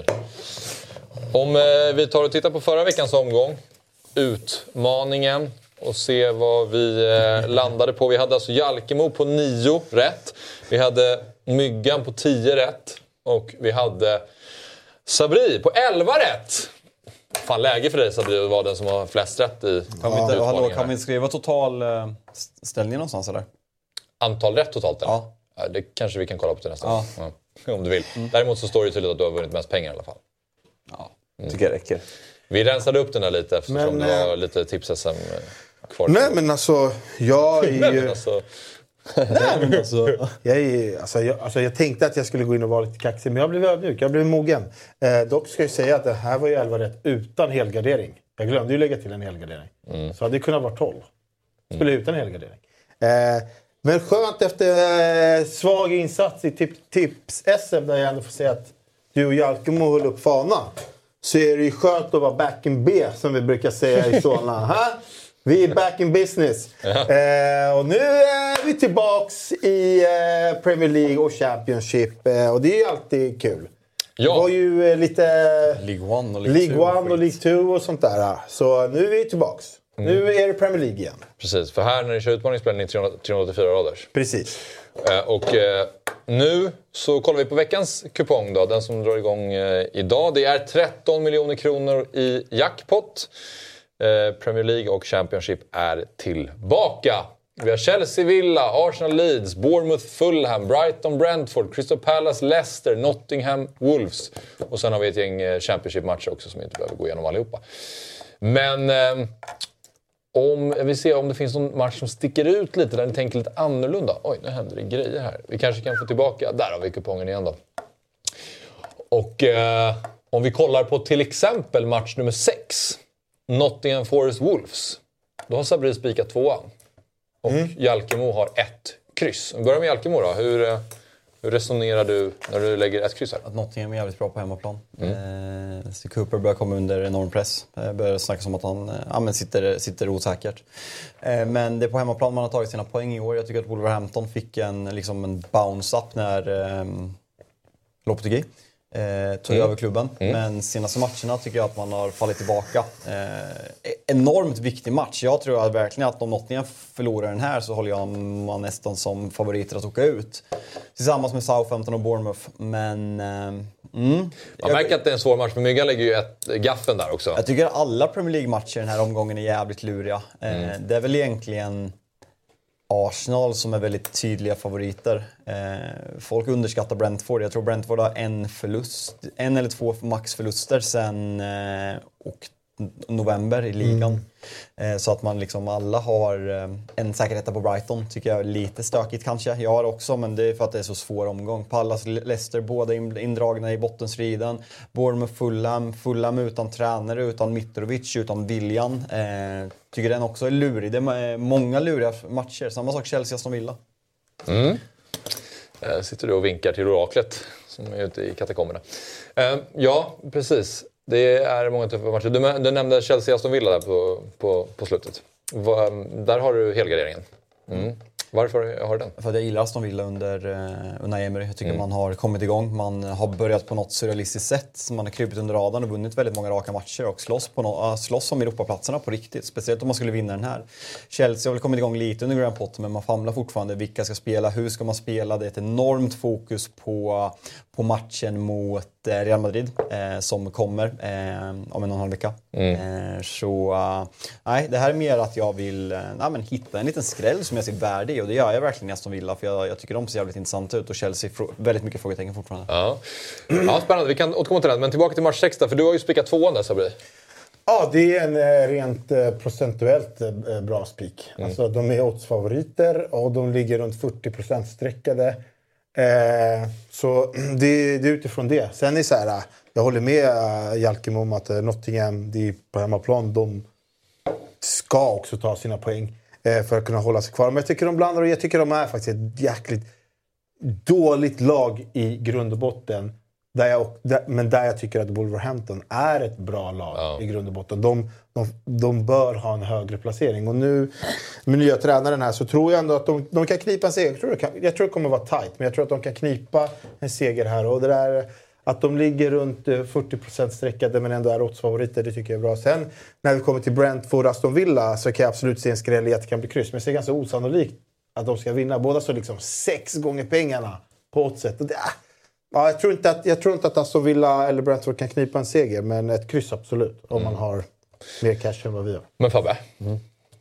Om eh, vi tar och tittar på förra veckans omgång. Utmaningen. Och se vad vi eh, landade på. Vi hade alltså Jalkemo på nio rätt. Vi hade Myggan på tio rätt. Och vi hade Sabri på elva rätt. Fan, läge för dig Sabri att vara den som har flest rätt i Kan vi, inte, hallå, utmaningen kan här. vi skriva total eh, ställning någonstans eller? Antal rätt totalt eller? Ja. Ja, det kanske vi kan kolla på till nästa Ja. gång. Ja. Om du vill. Däremot så står det tydligt att du har vunnit mest pengar i alla fall. Ja. Mm. Tycker jag räcker. Vi rensade upp den där lite eftersom men, det var lite tips-S M kvar. Nej men alltså, jag är ju... Nej, men alltså... Nej, men alltså, jag, är, alltså, jag, alltså, jag tänkte att jag skulle gå in och vara lite kaxig, men jag blev ödmjuk, jag blev mogen. Eh, dock ska jag säga att det här var ju elva rätt utan helgardering. Jag glömde ju lägga till en helgardering. Mm. Så hade det kunnat vara tolv. Spela mm. utan helgardering. Eh, men skönt efter eh, svag insats i tip, tips-S M där jag ändå får säga att du och Jalkemo höll upp fanan. Så är det ju skönt att vara back in B, som vi brukar säga i Solna. Vi är back in business. Ja. Eh, och nu är vi tillbaks i eh, Premier League och Championship. Eh, och det är ju alltid kul. Ja. Det var ju eh, lite... League One och League, League One och, och League Two och sånt där. Så nu är vi tillbaks. Mm. Nu är det Premier League igen. Precis, för här när ni kör utmaningsspelen är trehundraåttiofyra raders. Precis. Eh, och eh, nu så kollar vi på veckans kupong då. Den som drar igång eh, idag. Det är tretton miljoner kronor i jackpot. Eh, Premier League och Championship är tillbaka. Vi har Chelsea, Villa, Arsenal, Leeds, Bournemouth, Fulham, Brighton, Brentford, Crystal Palace, Leicester, Nottingham, Wolves. Och sen har vi ett gäng eh, Championship-matcher också som vi inte behöver gå igenom allihopa. Men eh, om vi ser om det finns någon match som sticker ut lite där ni tänker lite annorlunda. Oj, nu händer det grejer här. Vi kanske kan få tillbaka. Där har vi kupongen igen då. Och eh, om vi kollar på till exempel match nummer sex. Nottingham Forest Wolves. Då har Sabri spikat tvåan. Och mm. Jalkemo har ett kryss. Vi börjar med Jalkemo då. Hur, hur resonerar du när du lägger ett kryss här? Att Nottingham är jävligt bra på hemmaplan. Mm. Eh, så Cooper börjar komma under enorm press. Eh, börjar snacka som att han eh, men sitter, sitter osäkert. Eh, men det är på hemmaplan man har tagit sina poäng i år. Jag tycker att Wolverhampton fick en, liksom en bounce-up när eh, Lopetegui Eh, tog mm. över klubben. Mm. Men senaste matcherna tycker jag att man har fallit tillbaka. Eh, enormt viktig match. Jag tror att verkligen att om Nottingham förlorar den här så håller jag man nästan som favoriter att åka ut. Tillsammans med Southampton och Bournemouth. Men... Eh, mm. Man märker att det är en svår match, men Myggan lägger ju ett gaffen där också. Jag tycker att alla Premier League-matcher den här omgången är jävligt luriga. Eh, mm. Det är väl egentligen... Arsenal som är väldigt tydliga favoriter. Eh, folk underskattar Brentford. Jag tror Brentford har en förlust, en eller två maxförluster sen eh, och november i ligan. Mm. Eh, så att man liksom alla har eh, en säkerhet på Brighton tycker jag är lite stökigt kanske. Jag har också, men det är för att det är så svår omgång. Palace, Leicester, båda indragna i bottenstriden. Bournemouth, Fulham, Fulham utan tränare, utan Mitrovic, utan Willian. Eh, tycker den också är lurig. Det är många luriga matcher. Samma sak Chelsea som Villa. Mm. Eh, sitter du och vinkar till oraklet som är ute i katakomberna. Eh, ja, precis. Det är många tuffa matcher. Du, du nämnde Chelsea Aston Villa där på, på, på slutet. Va, där har du helgarderingen. Mm. Varför har du den? För att jag gillar Aston Villa under uh, Unai Emery. Jag tycker mm. man har kommit igång. Man har börjat på något surrealistiskt sätt. Man har krypit under radarn och vunnit väldigt många raka matcher. Och slåss, på no- uh, slåss om Europaplatserna på riktigt. Speciellt om man skulle vinna den här. Chelsea har väl kommit igång lite under Graham Potter. Men man famlar fortfarande. Vilka ska spela? Hur ska man spela? Det är ett enormt fokus på, på matchen mot uh, Real Madrid. Uh, som kommer uh, om en och en halv vecka. Mm. Uh, så uh, nej, det här är mer att jag vill uh, nej, men hitta en liten skräll som jag ser värde i. Och det gör jag verkligen i Aston Villa. För jag, jag tycker de ser jävligt intressanta ut. Och Chelsea fr- väldigt mycket frågetecken fortfarande. Ja. Ja, spännande. Vi kan återkomma till det. Men tillbaka till match sex där. För du har ju spikat tvåan där, Sabri. Ja, det är en eh, rent eh, procentuellt eh, bra spik. Mm. Alltså de är oddsfavoriter och de ligger runt fyrtio procent streckade. Eh, så det, det är utifrån det. Sen är det så här, jag håller med uh, Jalkemo om att uh, Nottingham, det är på hemmaplan, de ska också ta sina poäng uh, för att kunna hålla sig kvar. Men jag tycker de blandar och jag tycker de är faktiskt ett jäkligt dåligt lag i grund och botten. Där jag, där, men där jag tycker att Wolverhampton är ett bra lag ja. i grund och botten. De, de, de bör ha en högre placering. Och nu med nya tränaren här så tror jag ändå att de, de kan knipa en seger. Jag tror, det kan, jag tror det kommer vara tight, men jag tror att de kan knipa en seger här. Och det där att de ligger runt fyrtio procent streckade men ändå är oddsfavoriter, det tycker jag är bra. Sen när vi kommer till Brentford och Aston Villa så kan jag absolut se en skräll i att det kan bli kryss. Men jag ser ganska osannolikt att de ska vinna. Båda så liksom sex gånger pengarna på oddset. Och det, ja, jag tror inte att jag tror inte att Aston Villa eller Brentford kan knipa en seger, men ett kryss absolut om mm. man har mer cash än vad vi har. Men Fabbe, mm.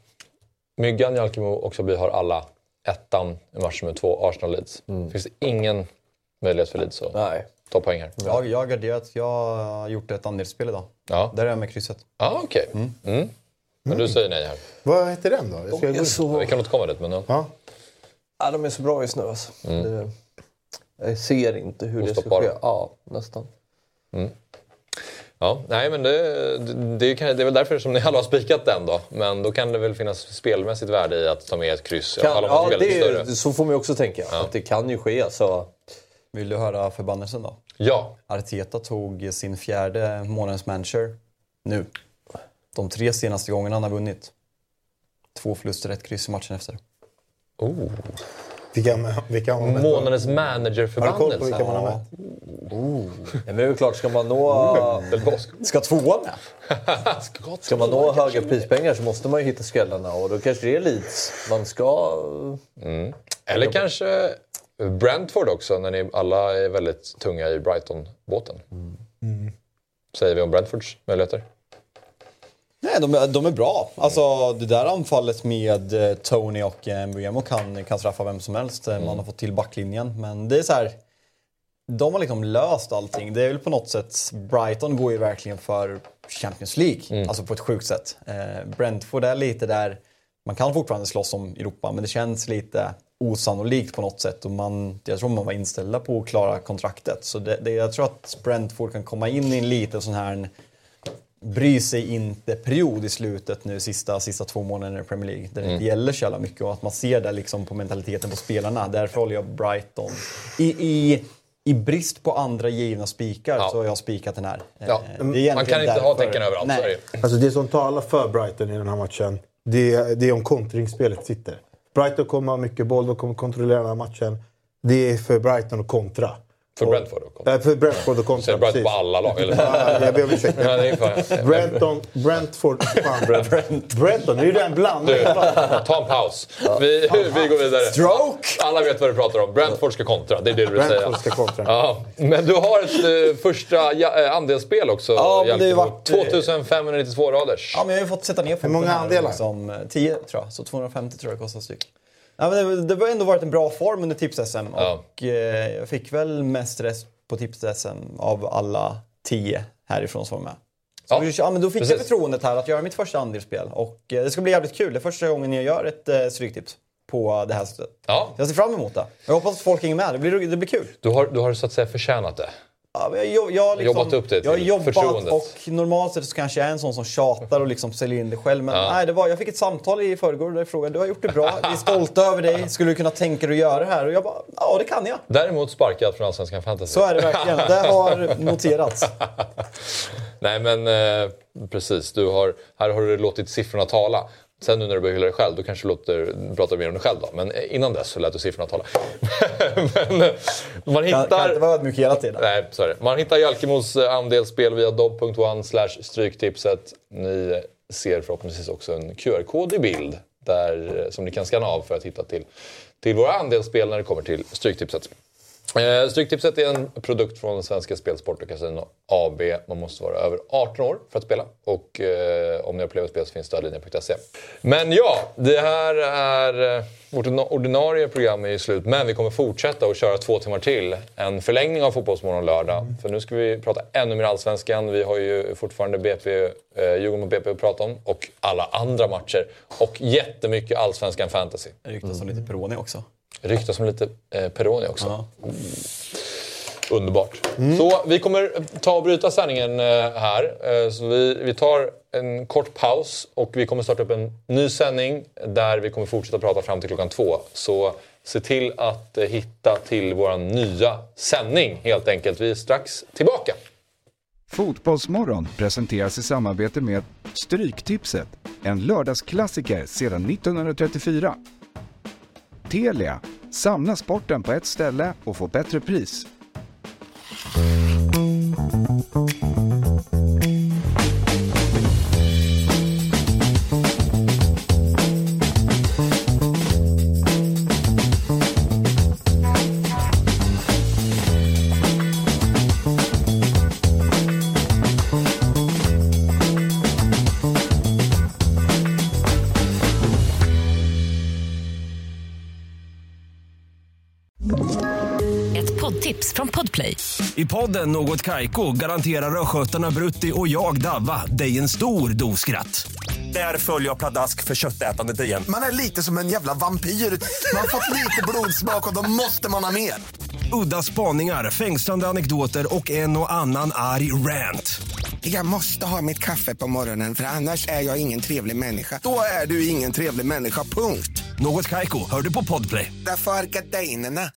Myggan, Jalkemo och Sabri har alla ettan i match nummer två, Arsenal Leeds. Mm. Finns det ingen möjlighet för Leeds? Så? Nej, ta poäng här. Jag, jag har garderat. Jag har gjort ett andelsspel idag. Ja. Där är jag med krysset. Ja, ah, okej. Okay. Mm. Mm. Men du säger nej här. Vad heter den då? Jag ska gå så... ja, vi kan återkomma dit, men ja. Ja. Ja, de är så bra just nu alltså. Mm. Det, jag ser inte hur Och det ska stoppar. ske. Ja, nästan. Mm. Ja, nej men det, det, det, är, det är väl därför som ni alla har spikat den då. Men då kan det väl finnas spelmässigt värde i att ta med ett kryss. Kan, alla ja, det är, större. så får man ju också tänka. Ja. Att det kan ju ske. Så. Vill du höra förbannelsen då? Ja. Arteta tog sin fjärde månadens manager nu. De tre senaste gångerna han har vunnit. Två förluster, ett kryss i matchen efter. Oh. Vilka, vilka har man Månadens Har manager-förbannelse. du koll på vilka man har med? Oh. Ja, men det är ju klart, ska man nå... Ska tvåan med? Ska man nå höga prispengar så måste man ju hitta skrällarna. Och då kanske det är Leeds man ska... Mm. Eller kanske Brentford också, när ni alla är väldigt tunga i Brighton-båten. Mm. Säger vi om Brentfords möjligheter? Nej, de är, de är bra. Alltså, det där anfallet med Tony och Mbeumo kan, kan straffa vem som helst. Mm. Man har fått till backlinjen. Men det är så här... De har liksom löst allting. Det är väl på något sätt... Brighton går ju verkligen för Champions League. Mm. Alltså på ett sjukt sätt. Eh, Brentford är lite där... Man kan fortfarande slåss om Europa, men det känns lite osannolikt på något sätt. Och man, jag tror man var inställda på att klara kontraktet. Så det, det, jag tror att Brentford kan komma in i en liten sån här... bry sig inte period i slutet nu sista, sista två månaderna i Premier League. Där det mm. gäller så jävla mycket och att man ser det liksom på mentaliteten på spelarna. Därför håller jag Brighton. I, i, i brist på andra givna spikar ja. så har jag spikat den här. Ja. Det man kan inte därför. ha tecken överallt. Nej. Alltså det som talar för Brighton i den här matchen, det, det är om kontringsspelet sitter. Brighton kommer ha mycket boll, de kommer kontrollera den här matchen. Det är för Brighton att kontra. För Brentford och kontra. Äh, för Brentford och kontra, så Brentford på alla lag, eller? Ja, jag ber om ursäkt. Ja, det är för... Brenton, Brentford... Fan, Brent. Brenton, det är ju den bland. Du, ta en paus. Vi, vi går vidare. Stroke! Alla vet vad du pratar om. Brentford ska kontra, det är det du vill säga. Brentford ska kontra. Ja. Men du har ett uh, första ja, andelsspel också. Ja, men det har varit... tvåtusen raders. Ja, men jag har ju fått sätta ner hur många andelar? Liksom, tio, tror jag. Så tvåhundrafemtio tror jag kostar styck. Ja, men det, det har ändå varit en bra form under Tips-S M. Ja. Och eh, jag fick väl mest rest på Tips-S M av alla tio härifrån som var med. Så ja, vi, ja, men då fick precis. jag förtroendet här att göra mitt första andelsspel. Och eh, det ska bli jävligt kul. Det är första gången jag gör ett eh, stryktips på det här sättet. Ja. Jag ser fram emot det. Jag hoppas att folk hänger med. Det blir, det blir kul. Du har, du har så att säga förtjänat det. Ja, men jag, jag, liksom, jobbat upp det till jag har jobbat förtroendet. Och normalt sett så kanske jag är en sån som tjatar och liksom säljer in det själv. Men ja. nej, det var, jag fick ett samtal i förrgår där jag frågade, du har gjort det bra, vi är stolta över dig. Skulle du kunna tänka dig att göra det här? Och jag bara, ja det kan jag. Däremot sparkat från Allsvenskan Fantasy. Så är det verkligen, det har noterats. Nej men eh, precis, du har, här har du låtit siffrorna tala. Sen nu när du börjar hylla dig själv, då kanske du låter, pratar mer om dig själv då. Men innan dess så lät du siffrorna tala. Men man hittar... Kan, kan inte vara ödmjuk hela tiden. Nej, så är det. Man hittar Jalkemos andelsspel via dobb punkt one slash stryktipset. Ni ser förhoppningsvis också en Q R-kod i bild där, som ni kan scanna av för att hitta till, till våra andelsspel när det kommer till Stryktipset. Eh, Stryktipset är en produkt från Svenska Spelsport och Casino A B. Man måste vara över arton år för att spela. Och eh, om ni upplever spel så finns stödlinjen punkt se. Men ja, det här är... Eh, vårt ordinarie program är ju slut. Men vi kommer fortsätta och köra två timmar till. En förlängning av Fotbollsmorgon lördag. Mm. För nu ska vi prata ännu mer Allsvenskan. Vi har ju fortfarande B P, eh, Djurgården och B P att prata om. Och alla andra matcher. Och jättemycket Allsvenskan Fantasy. Det ryktas om lite Peroni också. Ryktas som lite eh, Peroni också. Ja. Mm. Underbart. Mm. Så vi kommer ta och bryta sändningen eh, här. Eh, så vi, vi tar en kort paus och vi kommer starta upp en ny sändning där vi kommer fortsätta prata fram till klockan två. Så se till att eh, hitta till vår nya sändning helt enkelt. Vi är strax tillbaka. Fotbollsmorgon presenteras i samarbete med Stryktipset. En lördagsklassiker sedan nittonhundratrettiofyra. Telia. Samla sporten på ett ställe och få bättre pris. Ett poddtips från Podplay. I podden Något Kaiko garanterar östgötarna Brutti och jag Davva dig en stor dos skratt. Där följer jag pladask för köttätandet igen. Man är lite som en jävla vampyr. Man har fått lite blodsmak och då måste man ha mer. Udda spaningar, fängslande anekdoter och en och annan arg rant. Jag måste ha mitt kaffe på morgonen för annars är jag ingen trevlig människa. Då är du ingen trevlig människa, punkt. Något Kaiko, hör du på Podplay. Därför är gardinerna.